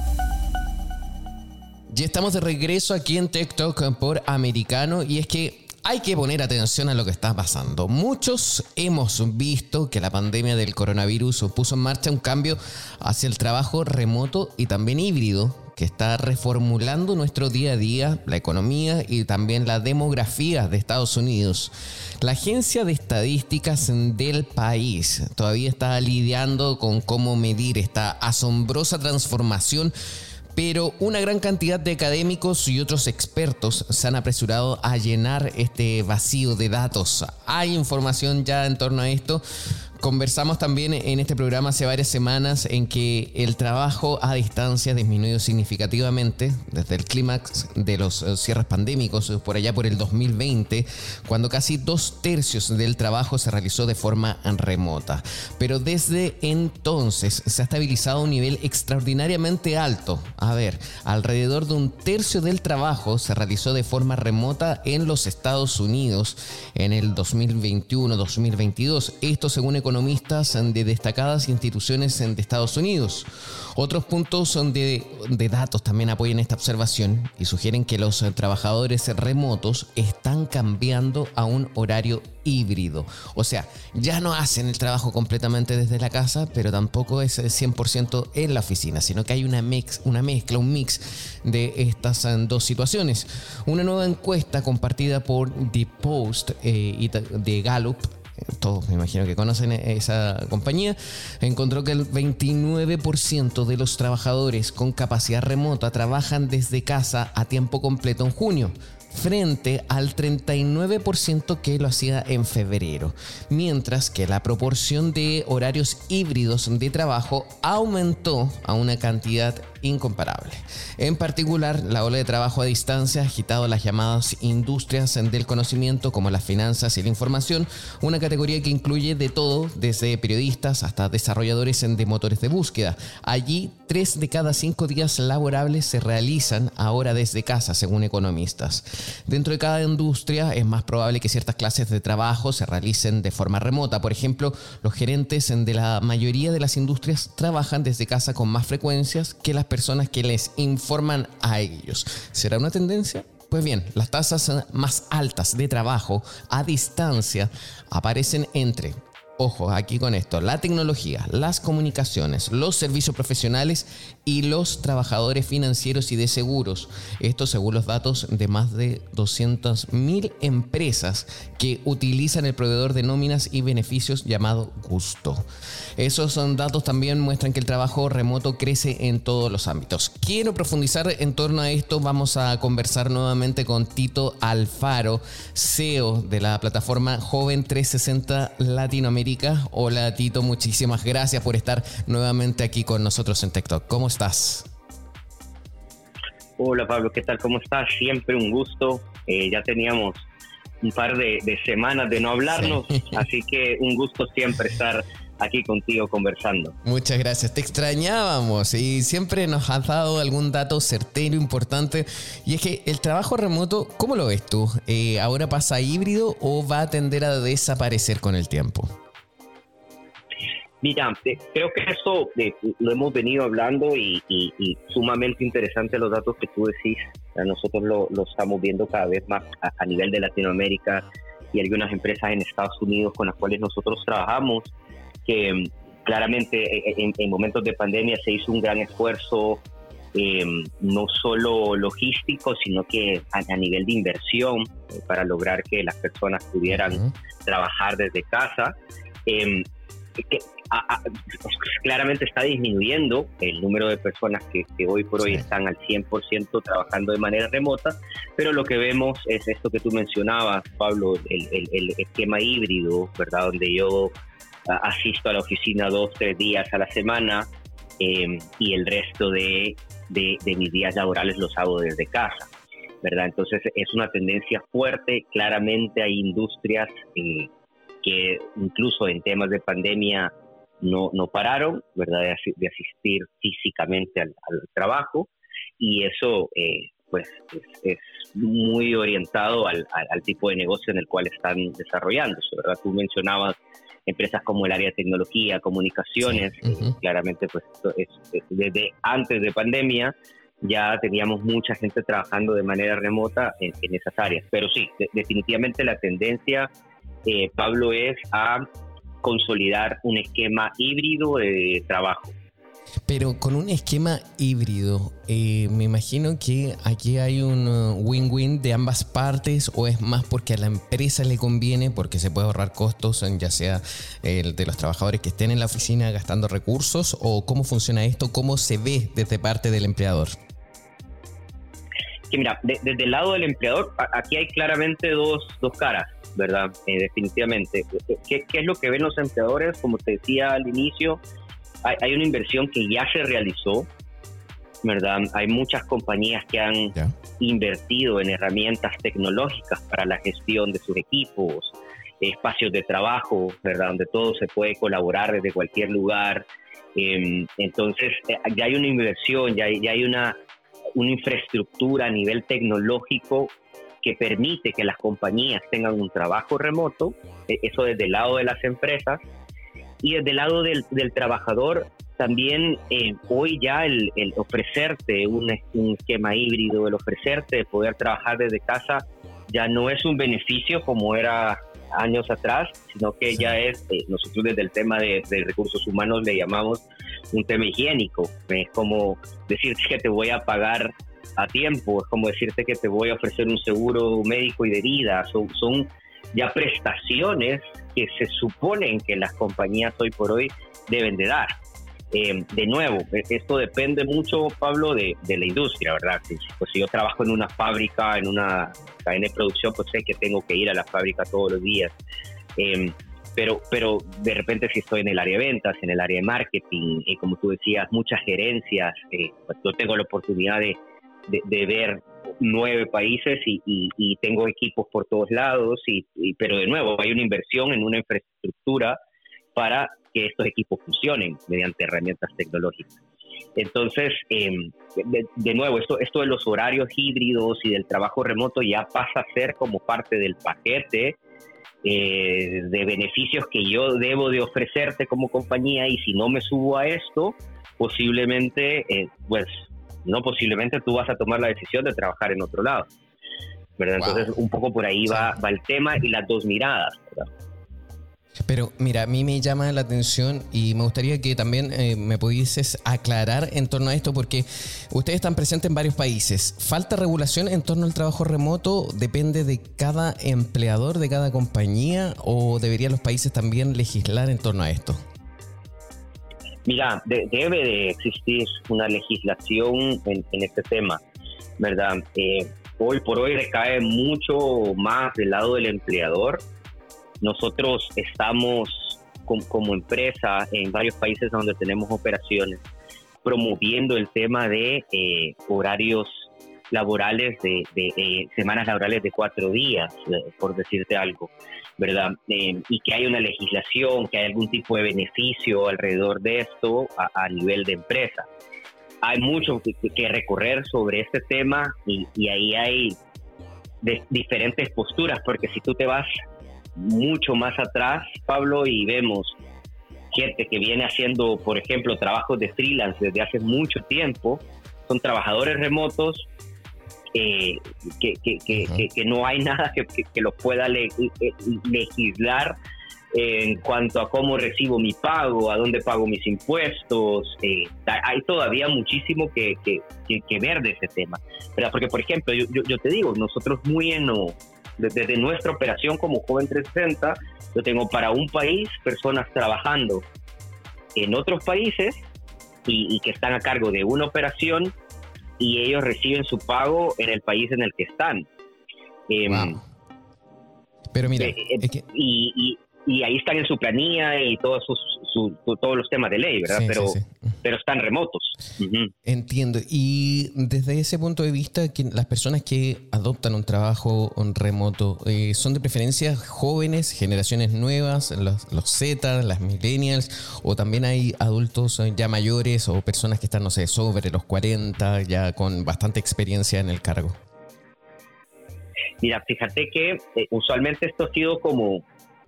Ya estamos de regreso aquí en Tech Talk por Americano y es que hay que poner atención a lo que está pasando. Muchos hemos visto que la pandemia del coronavirus puso en marcha un cambio hacia el trabajo remoto y también híbrido, que está reformulando nuestro día a día, la economía y también la demografía de Estados Unidos. La Agencia de Estadísticas del país todavía está lidiando con cómo medir esta asombrosa transformación, pero una gran cantidad de académicos y otros expertos se han apresurado a llenar este vacío de datos. Hay información ya en torno a esto. Conversamos también en este programa hace varias semanas en que el trabajo a distancia ha disminuido significativamente desde el clímax de los cierres pandémicos por allá por el dos mil veinte, cuando casi dos tercios del trabajo se realizó de forma remota. Pero desde entonces se ha estabilizado a un nivel extraordinariamente alto. A ver, alrededor de un tercio del trabajo se realizó de forma remota en los Estados Unidos en el dos mil veintiuno dos mil veintidós. Esto según economistas de destacadas instituciones de Estados Unidos. Otros puntos son de, de datos también apoyan esta observación y sugieren que los trabajadores remotos están cambiando a un horario híbrido. O sea, ya no hacen el trabajo completamente desde la casa, pero tampoco es cien por ciento en la oficina, sino que hay una, mix, una mezcla, un mix de estas dos situaciones. Una nueva encuesta compartida por The Post eh, y de Gallup, todos me imagino que conocen esa compañía, encontró que el veintinueve por ciento de los trabajadores con capacidad remota trabajan desde casa a tiempo completo en junio, frente al treinta y nueve por ciento que lo hacía en febrero, mientras que la proporción de horarios híbridos de trabajo aumentó a una cantidad incomparable. En particular, la ola de trabajo a distancia ha agitado las llamadas industrias del conocimiento como las finanzas y la información, una categoría que incluye de todo, desde periodistas hasta desarrolladores de motores de búsqueda. Allí, tres de cada cinco días laborables se realizan ahora desde casa, según economistas. Dentro de cada industria es más probable que ciertas clases de trabajo se realicen de forma remota. Por ejemplo, los gerentes de la mayoría de las industrias trabajan desde casa con más frecuencias que las personas que les informan a ellos. ¿Será una tendencia? Pues bien, las tasas más altas de trabajo a distancia aparecen entre Ojo, aquí con esto, la tecnología, las comunicaciones, los servicios profesionales y los trabajadores financieros y de seguros. Esto según los datos de más de doscientas mil empresas que utilizan el proveedor de nóminas y beneficios llamado Gusto. Esos son datos también muestran que el trabajo remoto crece en todos los ámbitos. Quiero profundizar en torno a esto. Vamos a conversar nuevamente con Tito Alfaro, C E O de la plataforma Joven trescientos sesenta Latinoamérica. Hola Tito, muchísimas gracias por estar nuevamente aquí con nosotros en TechTalk. ¿Cómo estás? Hola Pablo, ¿qué tal? ¿Cómo estás? Siempre un gusto. Eh, ya teníamos un par de, de semanas de no hablarnos, sí. Así que un gusto siempre estar aquí contigo conversando. Muchas gracias, te extrañábamos y siempre nos has dado algún dato certero, importante, y es que el trabajo remoto, ¿cómo lo ves tú? Eh, ¿Ahora pasa híbrido o va a tender a desaparecer con el tiempo? Mira, eh, creo que eso eh, lo hemos venido hablando y, y, y sumamente interesante los datos que tú decís. Nosotros lo, lo estamos viendo cada vez más a, a nivel de Latinoamérica y algunas empresas en Estados Unidos con las cuales nosotros trabajamos, que um, claramente en, en momentos de pandemia se hizo un gran esfuerzo, eh, no solo logístico, sino que a, a nivel de inversión eh, para lograr que las personas pudieran uh-huh. trabajar desde casa. Eh, que a, a, claramente está disminuyendo el número de personas que, que hoy por hoy sí. están al cien por ciento trabajando de manera remota, pero lo que vemos es esto que tú mencionabas, Pablo, el, el, el esquema híbrido, ¿verdad? Donde yo asisto a la oficina dos, tres días a la semana eh, y el resto de, de, de mis días laborales los hago desde casa, ¿verdad? Entonces es una tendencia fuerte. Claramente hay industrias eh, que incluso en temas de pandemia no, no pararon, ¿verdad? De, as- de asistir físicamente al, al trabajo, y eso eh, pues es, es muy orientado al, al, al tipo de negocio en el cual están desarrollándose, ¿verdad? Tú mencionabas empresas como el área de tecnología, comunicaciones, sí. uh-huh. eh, claramente pues es, es, desde antes de pandemia ya teníamos mucha gente trabajando de manera remota en, en esas áreas, pero sí, de, definitivamente la tendencia, eh, Pablo, es a consolidar un esquema híbrido de trabajo. Pero con un esquema híbrido, eh, me imagino que aquí hay un uh, win-win de ambas partes, o es más porque a la empresa le conviene, porque se puede ahorrar costos, ya sea el de los trabajadores que estén en la oficina gastando recursos, o cómo funciona esto, cómo se ve desde parte del empleador. Que mira, de, desde el lado del empleador, a, aquí hay claramente dos, dos caras, ¿verdad? Eh, definitivamente. ¿Qué, ¿Qué es lo que ven los empleadores? Como te decía al inicio, hay, hay una inversión que ya se realizó, ¿verdad? Hay muchas compañías que han yeah. invertido en herramientas tecnológicas para la gestión de sus equipos, espacios de trabajo, ¿verdad? Donde todo se puede colaborar desde cualquier lugar. Eh, entonces, eh, ya hay una inversión, ya hay, ya hay una, una infraestructura a nivel tecnológico que permite que las compañías tengan un trabajo remoto, eh, eso desde el lado de las empresas. Y desde el lado del, del trabajador, también eh, hoy ya el, el ofrecerte un, un esquema híbrido, el ofrecerte de poder trabajar desde casa, ya no es un beneficio como era años atrás, sino que sí. ya es, eh, nosotros desde el tema de, de recursos humanos le llamamos un tema higiénico. Es como decirte que te voy a pagar a tiempo, es como decirte que te voy a ofrecer un seguro médico y de vida. Son, son ya prestaciones que se suponen que las compañías hoy por hoy deben de dar. Eh, de nuevo, esto depende mucho, Pablo, de, de la industria, ¿verdad? Pues si yo trabajo en una fábrica, en una cadena de producción, pues sé que tengo que ir a la fábrica todos los días. Eh, pero, pero de repente si estoy en el área de ventas, en el área de marketing, y como tú decías, muchas gerencias, eh, pues yo tengo la oportunidad de, de, de ver nueve países y, y, y tengo equipos por todos lados, y, y, pero de nuevo hay una inversión en una infraestructura para que estos equipos funcionen mediante herramientas tecnológicas. Entonces, eh, de, de nuevo, esto, esto de los horarios híbridos y del trabajo remoto ya pasa a ser como parte del paquete eh, de beneficios que yo debo de ofrecerte como compañía, y si no me subo a esto, posiblemente, eh, pues, no posiblemente tú vas a tomar la decisión de trabajar en otro lado, ¿verdad? Wow. Entonces, un poco por ahí va, va el tema y las dos miradas, ¿verdad? Pero mira, a mí me llama la atención y me gustaría que también eh, me pudieses aclarar en torno a esto, porque ustedes están presentes en varios países. ¿Falta regulación en torno al trabajo remoto? ¿Depende de cada empleador, de cada compañía, o deberían los países también legislar en torno a esto? Mira, de, debe de existir una legislación en, en este tema, ¿verdad? Eh, hoy por hoy recae mucho más del lado del empleador. Nosotros estamos com, como empresa en varios países donde tenemos operaciones promoviendo el tema de eh, horarios laborales, de, de, de semanas laborales de cuatro días, eh, por decirte algo, ¿verdad? Eh, y que hay una legislación, que hay algún tipo de beneficio alrededor de esto a, a nivel de empresa. Hay mucho que, que recorrer sobre este tema y, y ahí hay de, diferentes posturas, porque si tú te vas mucho más atrás, Pablo, y vemos gente que viene haciendo, por ejemplo, trabajos de freelance desde hace mucho tiempo, son trabajadores remotos, eh, que, que, que, uh-huh. que, que no hay nada que, que, que los pueda le, legislar en cuanto a cómo recibo mi pago, a dónde pago mis impuestos. Eh, hay todavía muchísimo que, que, que, que ver de ese tema, ¿verdad? Porque, por ejemplo, yo, yo, yo te digo, nosotros muy en... No, desde nuestra operación como Joven trescientos sesenta, yo tengo para un país personas trabajando en otros países y, y que están a cargo de una operación y ellos reciben su pago en el país en el que están. Eh, wow. Pero mira, eh, es que... y, y, y ahí están en su planilla y todos sus, su, todos los temas de ley, ¿verdad? Sí, pero, sí, sí. pero están remotos. Uh-huh. Entiendo. Y desde ese punto de vista, que las personas que adoptan un trabajo remoto, eh, ¿son de preferencia jóvenes, generaciones nuevas, los, los Z, las millennials, o también hay adultos ya mayores o personas que están, no sé, sobre los cuarenta, ya con bastante experiencia en el cargo? Mira, fíjate que eh, usualmente esto ha sido como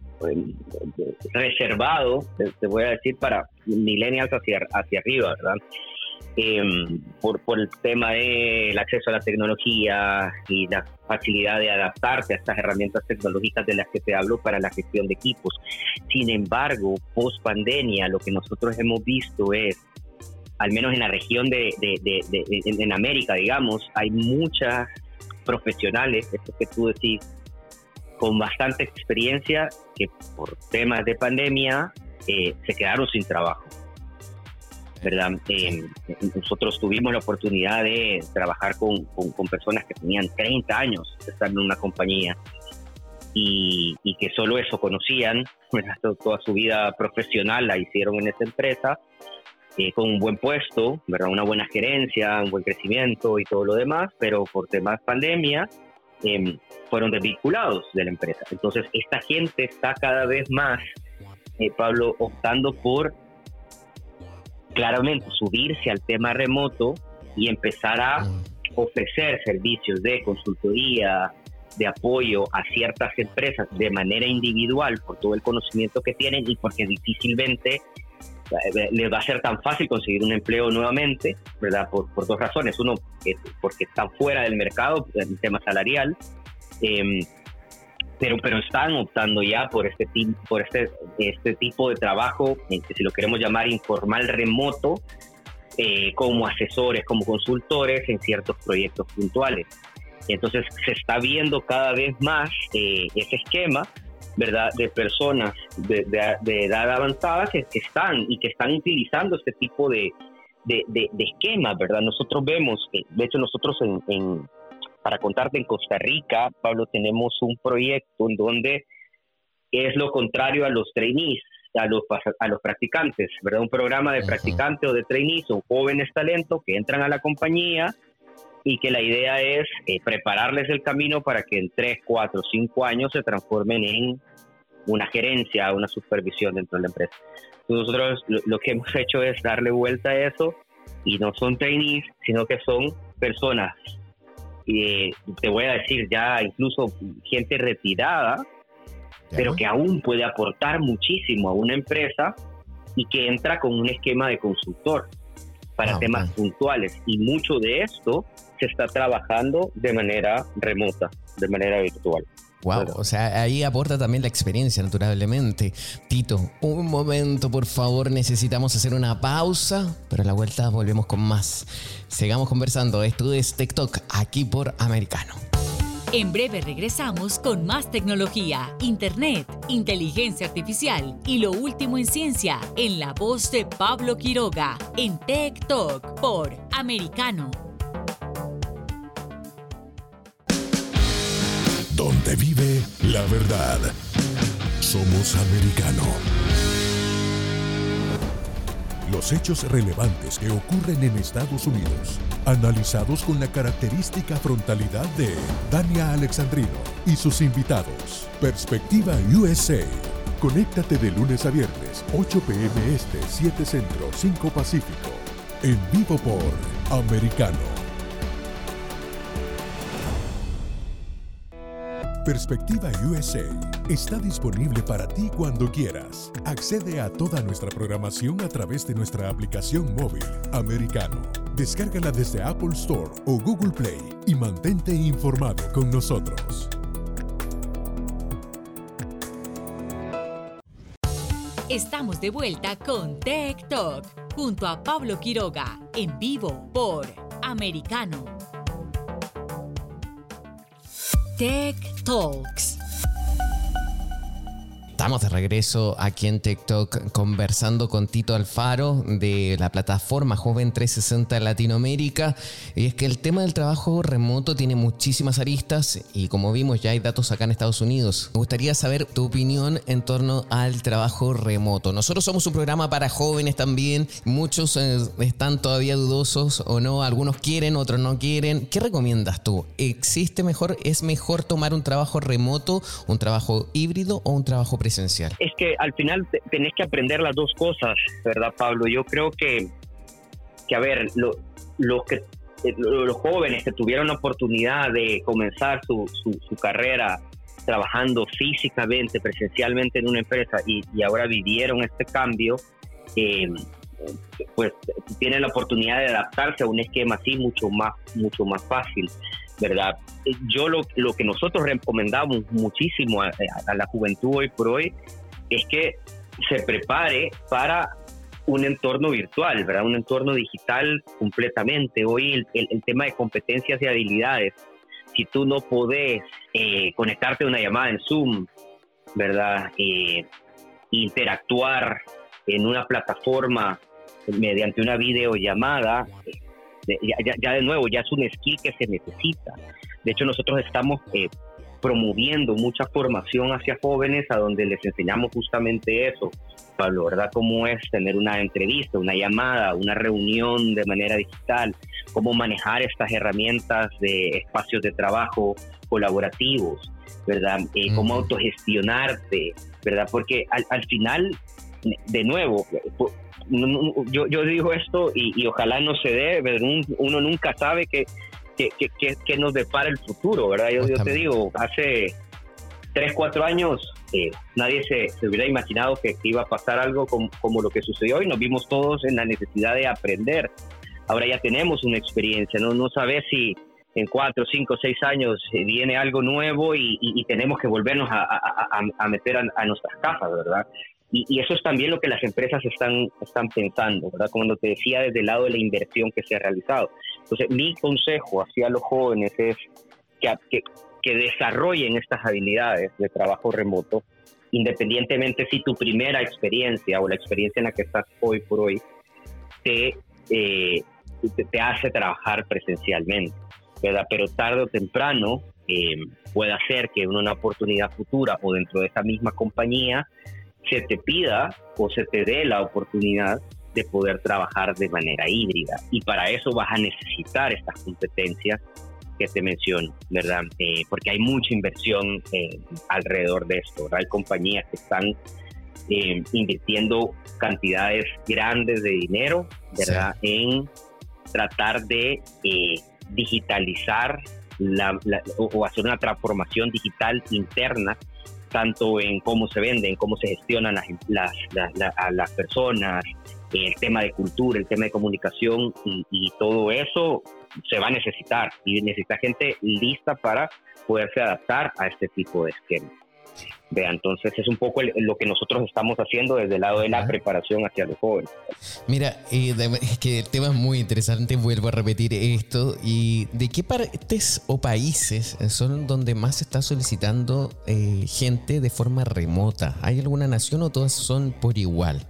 reservado, te voy a decir, para millennials hacia, hacia arriba, ¿verdad? Eh, por, por el tema del acceso a la tecnología y la facilidad de adaptarse a estas herramientas tecnológicas de las que te hablo para la gestión de equipos. Sin embargo, post pandemia, lo que nosotros hemos visto es, al menos en la región de, de, de, de, de en, en América, digamos, hay muchas profesionales, esto que tú decís, con bastante experiencia, que por temas de pandemia eh, se quedaron sin trabajo, ¿verdad? Eh, nosotros tuvimos la oportunidad de trabajar con, con, con personas que tenían treinta años de estar en una compañía y, y que solo eso conocían, ¿verdad? Toda su vida profesional la hicieron en esa empresa, eh, con un buen puesto, ¿verdad? Una buena gerencia, un buen crecimiento y todo lo demás, pero por temas de pandemia eh, fueron desvinculados de la empresa. Entonces, esta gente está cada vez más, eh, Pablo, optando por claramente subirse al tema remoto y empezar a ofrecer servicios de consultoría, de apoyo a ciertas empresas de manera individual por todo el conocimiento que tienen y porque difícilmente les va a ser tan fácil conseguir un empleo nuevamente, ¿verdad? Por, por dos razones. Uno, porque están fuera del mercado en tema salarial, eh, pero, pero están optando ya por este, por este, este tipo de trabajo, eh, que si lo queremos llamar informal remoto, eh, como asesores, como consultores en ciertos proyectos puntuales. Entonces se está viendo cada vez más eh, ese esquema, ¿verdad?, de personas de, de, de edad avanzada que, que están y que están utilizando este tipo de, de, de, de esquemas, ¿verdad? Nosotros vemos, de hecho nosotros en, en, para contarte, en Costa Rica, Pablo, tenemos un proyecto en donde es lo contrario a los trainees, a los, a los practicantes, ¿verdad? Un programa de practicantes o de trainees, son jóvenes talentos que entran a la compañía y que la idea es eh, prepararles el camino para que en tres, cuatro, cinco años se transformen en una gerencia, una supervisión dentro de la empresa. Entonces nosotros lo, lo que hemos hecho es darle vuelta a eso, y no son trainees, sino que son personas, eh, te voy a decir ya incluso gente retirada, pero que aún puede aportar muchísimo a una empresa y que entra con un esquema de consultor para ah, temas okay. puntuales, y mucho de esto se está trabajando de manera remota, de manera virtual. Wow, o sea, ahí aporta también la experiencia, naturalmente. Tito, un momento, por favor, necesitamos hacer una pausa, pero a la vuelta volvemos con más. Sigamos conversando. Esto es Tech Talk, aquí por Americano. En breve regresamos con más tecnología, internet, inteligencia artificial y lo último en ciencia, en la voz de Pablo Quiroga, en Tech Talk por Americano. Donde vive la verdad. Somos Americano. Los hechos relevantes que ocurren en Estados Unidos, analizados con la característica frontalidad de Dania Alexandrino y sus invitados. Perspectiva U S A. Conéctate de lunes a viernes, ocho p m Este, siete Centro, cinco Pacífico. En vivo por Americano. Perspectiva U S A está disponible para ti cuando quieras. Accede a toda nuestra programación a través de nuestra aplicación móvil Americano. Descárgala desde Apple Store o Google Play y mantente informado con nosotros. Estamos de vuelta con Tech Talk junto a Pablo Quiroga en vivo por Americano. Tech Talks. Estamos de regreso aquí en TikTok conversando con Tito Alfaro de la plataforma Joven trescientos sesenta Latinoamérica. Y es que el tema del trabajo remoto tiene muchísimas aristas y como vimos ya hay datos acá en Estados Unidos. Me gustaría saber tu opinión en torno al trabajo remoto. Nosotros somos un programa para jóvenes también. Muchos eh, están todavía dudosos o no. Algunos quieren, otros no quieren. ¿Qué recomiendas tú? ¿Existe mejor, es mejor tomar un trabajo remoto, un trabajo híbrido o un trabajo presencial? Esencial. Es que al final te, tenés que aprender las dos cosas, ¿verdad, Pablo? Yo creo que, que a ver, lo, lo que, lo, los jóvenes que tuvieron la oportunidad de comenzar su, su, su carrera trabajando físicamente, presencialmente en una empresa y, y ahora vivieron este cambio, eh, pues tienen la oportunidad de adaptarse a un esquema así mucho más, mucho más fácil, ¿verdad? Yo lo, lo que nosotros recomendamos muchísimo a, a la juventud hoy por hoy es que se prepare para un entorno virtual, ¿verdad? Un entorno digital completamente. Hoy el, el, el tema de competencias y habilidades, si tú no podés eh, conectarte a una llamada en Zoom, ¿verdad? Eh, interactuar en una plataforma mediante una videollamada, eh, ya, ya, ya de nuevo, ya es un skill que se necesita. De hecho, nosotros estamos eh, promoviendo mucha formación hacia jóvenes a donde les enseñamos justamente eso, Pablo, ¿verdad? Cómo es tener una entrevista, una llamada, una reunión de manera digital, cómo manejar estas herramientas de espacios de trabajo colaborativos, ¿verdad? Eh, cómo autogestionarte, ¿verdad? Porque al, al final, de nuevo, yo, yo digo esto y, y ojalá no se dé, ¿verdad? Uno nunca sabe que Que, que, que, que nos depara el futuro, ¿verdad? Yo, yo te digo, hace tres, cuatro años eh, nadie se, se hubiera imaginado que, que iba a pasar algo como, como lo que sucedió y nos vimos todos en la necesidad de aprender. Ahora ya tenemos una experiencia, no, no sabes si en cuatro, cinco, seis años viene algo nuevo y, y, y tenemos que volvernos a, a, a, a meter a, a nuestras casas, ¿verdad? Y, y eso es también lo que las empresas están, están pensando, ¿verdad? Como te decía, desde el lado de la inversión que se ha realizado. Entonces, mi consejo hacia los jóvenes es que, que, que desarrollen estas habilidades de trabajo remoto, independientemente si tu primera experiencia o la experiencia en la que estás hoy por hoy te, eh, te, te hace trabajar presencialmente, ¿verdad? Pero tarde o temprano eh, puede hacer que en una oportunidad futura o dentro de esa misma compañía se te pida o se te dé la oportunidad de poder trabajar de manera híbrida. Y para eso vas a necesitar estas competencias que te menciono, ¿verdad? Eh, porque hay mucha inversión eh, alrededor de esto, ¿verdad? Hay compañías que están eh, invirtiendo cantidades grandes de dinero, ¿verdad? Sí. En tratar de eh, digitalizar la, la, o, o hacer una transformación digital interna, tanto en cómo se venden, cómo se gestionan las, las, las, las, a las personas, el tema de cultura, el tema de comunicación y, y todo eso se va a necesitar y necesita gente lista para poderse adaptar a este tipo de esquema. Vea, entonces es un poco el, lo que nosotros estamos haciendo desde el lado de la preparación hacia los jóvenes. Mira, eh, es que el tema es muy interesante, vuelvo a repetir esto. ¿Y de qué partes o países son donde más se está solicitando eh, gente de forma remota? ¿Hay alguna nación o todas son por igual?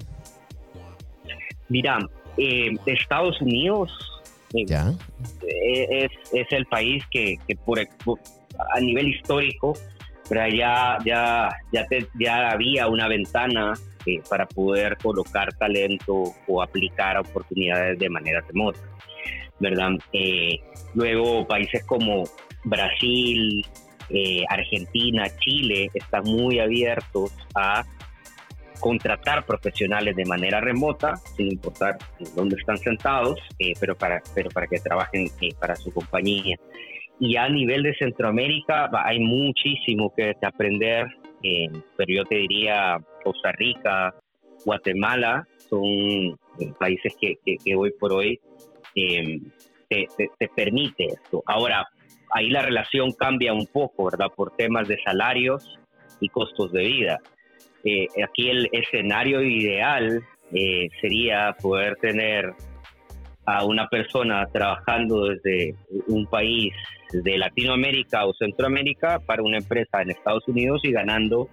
Mira, eh, Estados Unidos eh, ¿Ya? es, es el país que, que por, por, a nivel histórico, pero ya, ya, ya, te, ya había una ventana eh, para poder colocar talento o aplicar oportunidades de manera remota, ¿verdad? Eh, luego países como Brasil, eh, Argentina, Chile están muy abiertos a contratar profesionales de manera remota, sin importar dónde están sentados, eh, pero, para, pero para que trabajen eh, para su compañía. Y a nivel de Centroamérica hay muchísimo que aprender, eh, pero yo te diría Costa Rica, Guatemala, son países que, que, que hoy por hoy eh, te, te, te permite esto. Ahora, ahí la relación cambia un poco, ¿verdad? Por temas de salarios y costos de vida. Eh, aquí el escenario ideal eh, sería poder tener a una persona trabajando desde un país de Latinoamérica o Centroamérica para una empresa en Estados Unidos y ganando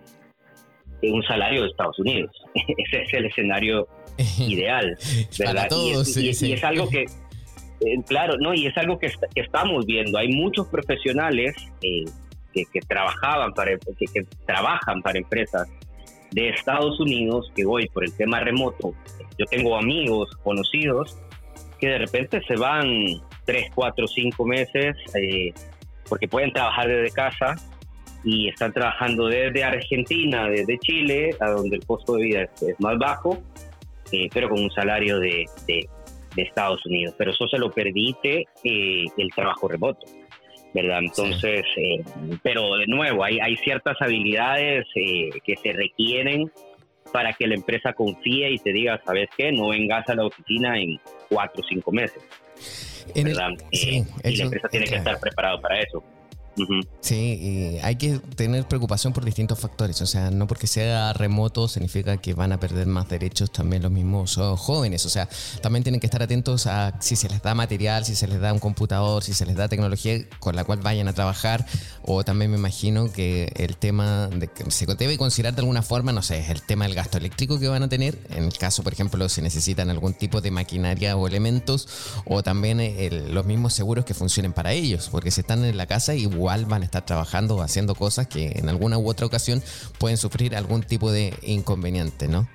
un salario de Estados Unidos. Ese es el escenario ideal, ¿verdad? Para todos, y, es, sí, y, sí. y es algo que, eh, claro, no, y es algo que, que estamos viendo. Hay muchos profesionales eh, que, que trabajaban para, que, que trabajan para empresas de Estados Unidos que hoy por el tema remoto, yo tengo amigos conocidos que de repente se van tres, cuatro, cinco meses eh, porque pueden trabajar desde casa y están trabajando desde Argentina, desde Chile, a donde el costo de vida es, es más bajo, eh, pero con un salario de, de, de Estados Unidos. Pero eso se lo permite eh, el trabajo remoto, ¿verdad? Entonces, sí. eh, pero de nuevo, hay, hay ciertas habilidades eh, que se requieren para que la empresa confíe y te diga, ¿sabes qué? No vengas a la oficina en cuatro o cinco meses, ¿verdad? El, eh, sí, y eso, la empresa tiene claro. que estar preparada para eso. Uh-huh. Sí, y hay que tener preocupación por distintos factores. O sea, no porque sea remoto significa que van a perder más derechos también los mismos oh, jóvenes. O sea, también tienen que estar atentos a si se les da material, si se les da un computador, si se les da tecnología con la cual vayan a trabajar. O también me imagino que el tema de que se debe considerar de alguna forma, no sé, el tema del gasto eléctrico que van a tener. En el caso, por ejemplo, si necesitan algún tipo de maquinaria o elementos, o también el, los mismos seguros que funcionen para ellos, porque si están en la casa igual igual van a estar trabajando o haciendo cosas que en alguna u otra ocasión pueden sufrir algún tipo de inconveniente, ¿no?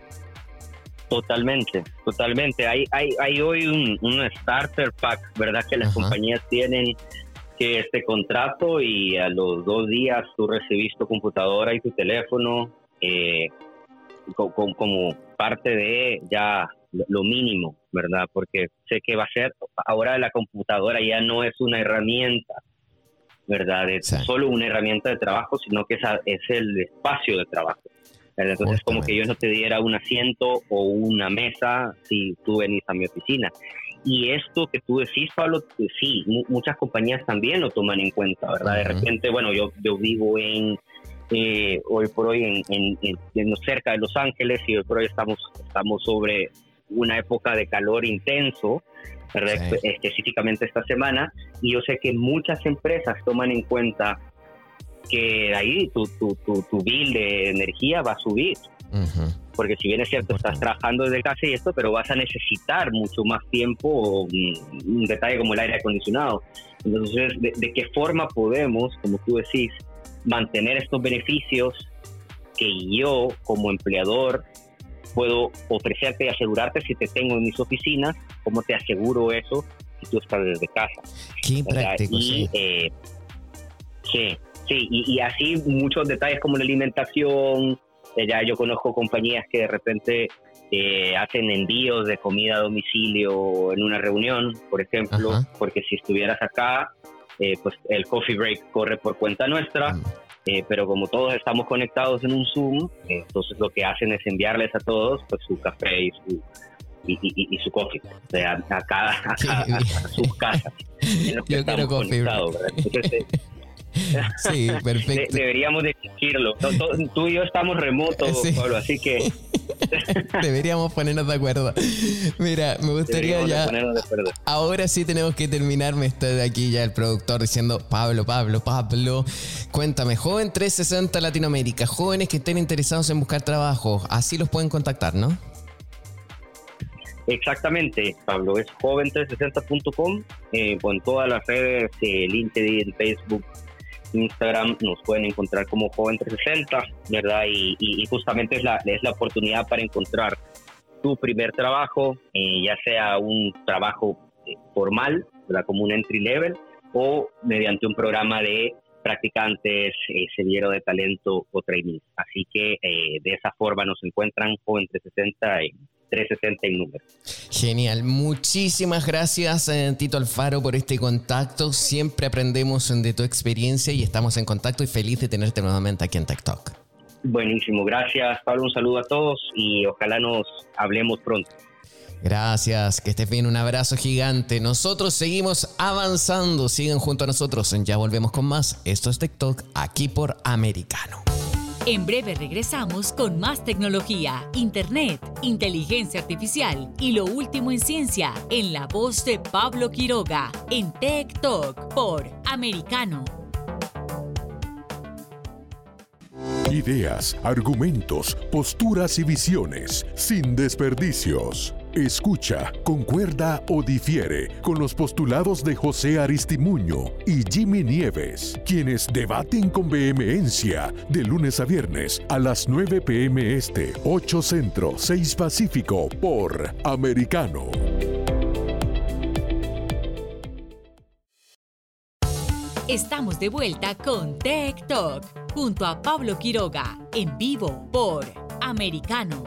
Totalmente, totalmente. Hay, hay, hay hoy un, un starter pack, ¿verdad? Que las Ajá. compañías tienen, que este contrato y a los dos días tú recibís tu computadora y tu teléfono eh, con, con, como parte de ya lo mínimo, ¿verdad? Porque sé que va a ser, ahora la computadora ya no es una herramienta, ¿verdad? Es sí. solo una herramienta de trabajo, sino que es, es el espacio de trabajo, ¿verdad? Entonces, como que yo no te diera un asiento o una mesa si tú venís a mi oficina. Y esto que tú decís, Pablo, sí, muchas compañías también lo toman en cuenta, ¿verdad? Uh-huh. De repente, bueno, yo, yo vivo en, eh, hoy por hoy en, en, en, en cerca de Los Ángeles y hoy por hoy estamos, estamos sobre una época de calor intenso, ¿verdad? Sí. Específicamente esta semana, y yo sé que muchas empresas toman en cuenta que ahí tu, tu, tu, tu bill de energía va a subir, uh-huh. porque si bien es cierto, estás trabajando desde casa y esto, pero vas a necesitar mucho más tiempo, un, un detalle como el aire acondicionado. Entonces, ¿de, de qué forma podemos, como tú decís, mantener estos beneficios que yo como empleador puedo ofrecerte y asegurarte si te tengo en mis oficinas? ¿Cómo te aseguro eso si tú estás desde casa? Qué práctico, y, sí. Eh, sí, sí, y, y así muchos detalles como la alimentación. Eh, ya yo conozco compañías que de repente eh, hacen envíos de comida a domicilio en una reunión, por ejemplo, Ajá. porque si estuvieras acá, eh, pues el coffee break corre por cuenta nuestra. Uh-huh. Eh, pero como todos estamos conectados en un Zoom, eh, entonces lo que hacen es enviarles a todos pues su café y su y, y, y su coffee, o sea, a cada a, cada, a, a sus casas. En lo que Yo quiero coffee. Entonces, eh, Sí, perfecto. De- deberíamos de exigirlo. Tú y yo estamos remotos, sí. Pablo, así que... Deberíamos ponernos de acuerdo. Mira, me gustaría ya... Ahora sí tenemos que terminar. Me está aquí ya el productor diciendo, Pablo, Pablo, Pablo, cuéntame, Joven trescientos sesenta Latinoamérica, jóvenes que estén interesados en buscar trabajo, así los pueden contactar, ¿no? Exactamente, Pablo, es joven trescientos sesenta punto com, eh, con todas las redes, eh, LinkedIn, Facebook, Instagram, nos pueden encontrar como Joven trescientos sesenta, ¿verdad? Y, y, y justamente es la, es la oportunidad para encontrar tu primer trabajo, eh, ya sea un trabajo eh, formal, ¿verdad? Como un entry level, o mediante un programa de practicantes, eh, semillero de talento o trainees. Así que eh, de esa forma nos encuentran Joven trescientos sesenta y trescientos sesenta en número. Genial, muchísimas gracias eh, Tito Alfaro por este contacto. Siempre aprendemos de tu experiencia y estamos en contacto y feliz de tenerte nuevamente aquí en Tech Talk. Buenísimo, gracias Pablo, un saludo a todos y ojalá nos hablemos pronto. Gracias, que estés bien, un abrazo gigante. Nosotros seguimos avanzando, sigan junto a nosotros, ya volvemos con más. Esto es Tech Talk aquí por Americano. En breve regresamos con más tecnología, internet, inteligencia artificial y lo último en ciencia en la voz de Pablo Quiroga en Tech Talk por Americano. Ideas, argumentos, posturas y visiones, sin desperdicios. Escucha, concuerda o difiere con los postulados de José Aristimuño y Jimmy Nieves, quienes debaten con vehemencia de lunes a viernes a las nueve pm este, ocho centro, seis pacífico por Americano. Estamos de vuelta con Tech Talk junto a Pablo Quiroga en vivo por Americano.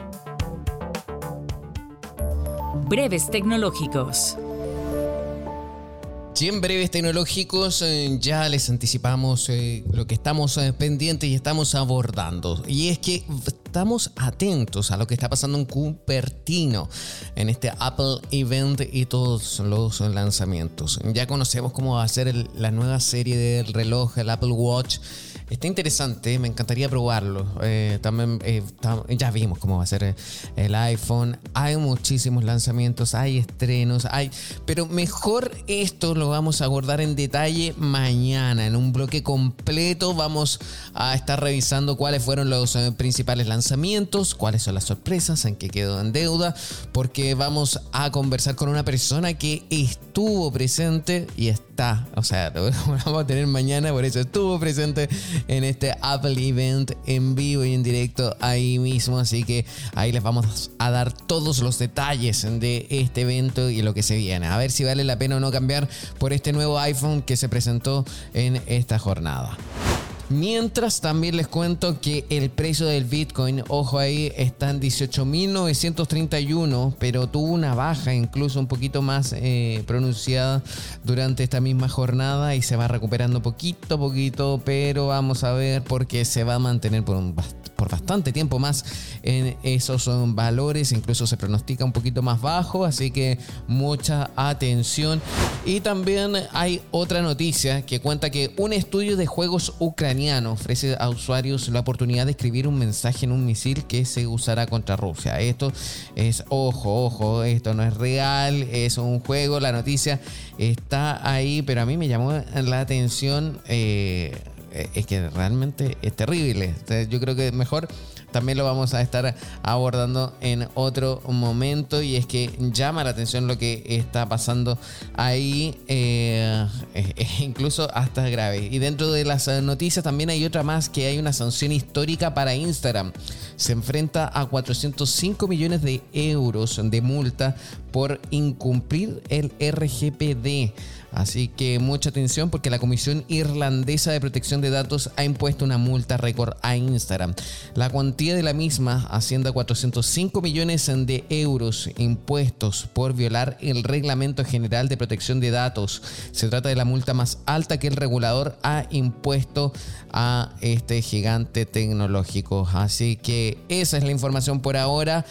Breves tecnológicos. Y en breves tecnológicos eh, ya les anticipamos eh, lo que estamos eh, pendientes y estamos abordando. Y es que estamos atentos a lo que está pasando en Cupertino, en este Apple Event y todos los lanzamientos. Ya conocemos cómo va a ser el, la nueva serie del reloj, el Apple Watch. Está interesante, me encantaría probarlo. Eh, también eh, tam, ya vimos cómo va a ser el iPhone. Hay muchísimos lanzamientos, hay estrenos, hay, pero mejor esto lo vamos a abordar en detalle mañana. En un bloque completo vamos a estar revisando cuáles fueron los eh, principales lanzamientos, cuáles son las sorpresas, en qué quedó en deuda, porque vamos a conversar con una persona que estuvo presente y está, o sea, lo vamos a tener mañana, por eso estuvo presente en este Apple Event en vivo y en directo ahí mismo, así que ahí les vamos a dar todos los detalles de este evento y lo que se viene, a ver si vale la pena o no cambiar por este nuevo iPhone que se presentó en esta jornada. Mientras también les cuento que el precio del Bitcoin, ojo ahí, está en dieciocho mil novecientos treinta y uno, pero tuvo una baja incluso un poquito más eh, pronunciada durante esta misma jornada y se va recuperando poquito a poquito, pero vamos a ver porque se va a mantener por un por bastante tiempo más en esos son valores, incluso se pronostica un poquito más bajo, así que mucha atención. Y también hay otra noticia que cuenta que un estudio de juegos ucraniano ofrece a usuarios la oportunidad de escribir un mensaje en un misil que se usará contra Rusia. Esto es, ojo, ojo, esto no es real, es un juego, la noticia está ahí, pero a mí me llamó la atención, eh, es que realmente es terrible. Yo creo que mejor también lo vamos a estar abordando en otro momento, y es que llama la atención lo que está pasando ahí, eh, incluso hasta grave. Y dentro de las noticias también hay otra más, que hay una sanción histórica para Instagram. Se enfrenta a cuatrocientos cinco millones de euros de multa por incumplir el R G P D. Así que mucha atención, porque la Comisión Irlandesa de Protección de Datos ha impuesto una multa récord a Instagram. La cuantía de la misma asciende a cuatrocientos cinco millones de euros impuestos por violar el Reglamento General de Protección de Datos. Se trata de la multa más alta que el regulador ha impuesto a este gigante tecnológico. Así que esa es la información por ahora.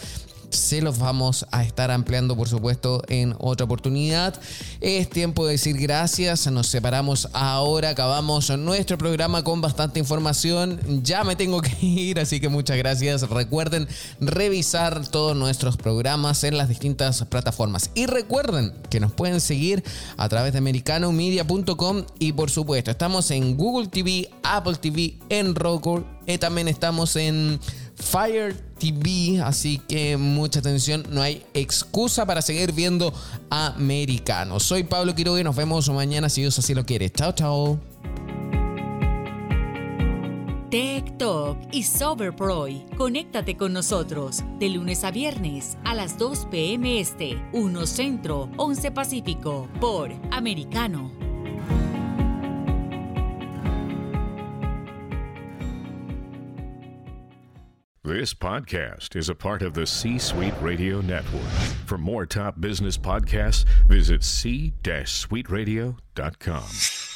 se los vamos a estar ampliando, por supuesto, en otra oportunidad. Es tiempo de decir gracias. Nos separamos ahora. Acabamos nuestro programa con bastante información. Ya me tengo que ir, así que muchas gracias. Recuerden revisar todos nuestros programas en las distintas plataformas. Y recuerden que nos pueden seguir a través de americano media punto com y, por supuesto, estamos en Google T V, Apple T V, en Roku. Y también estamos en Fire T V, así que mucha atención, no hay excusa para seguir viendo Americano. Soy Pablo Quiroga y nos vemos mañana si Dios así lo quiere. Chao, chao. Tech Talk y Soberproy. Conéctate con nosotros de lunes a viernes a las dos p.m. Este, uno Centro, once Pacífico, por Americano. This podcast is a part of the C-Suite Radio Network. For more top business podcasts, visit c suite radio dot com.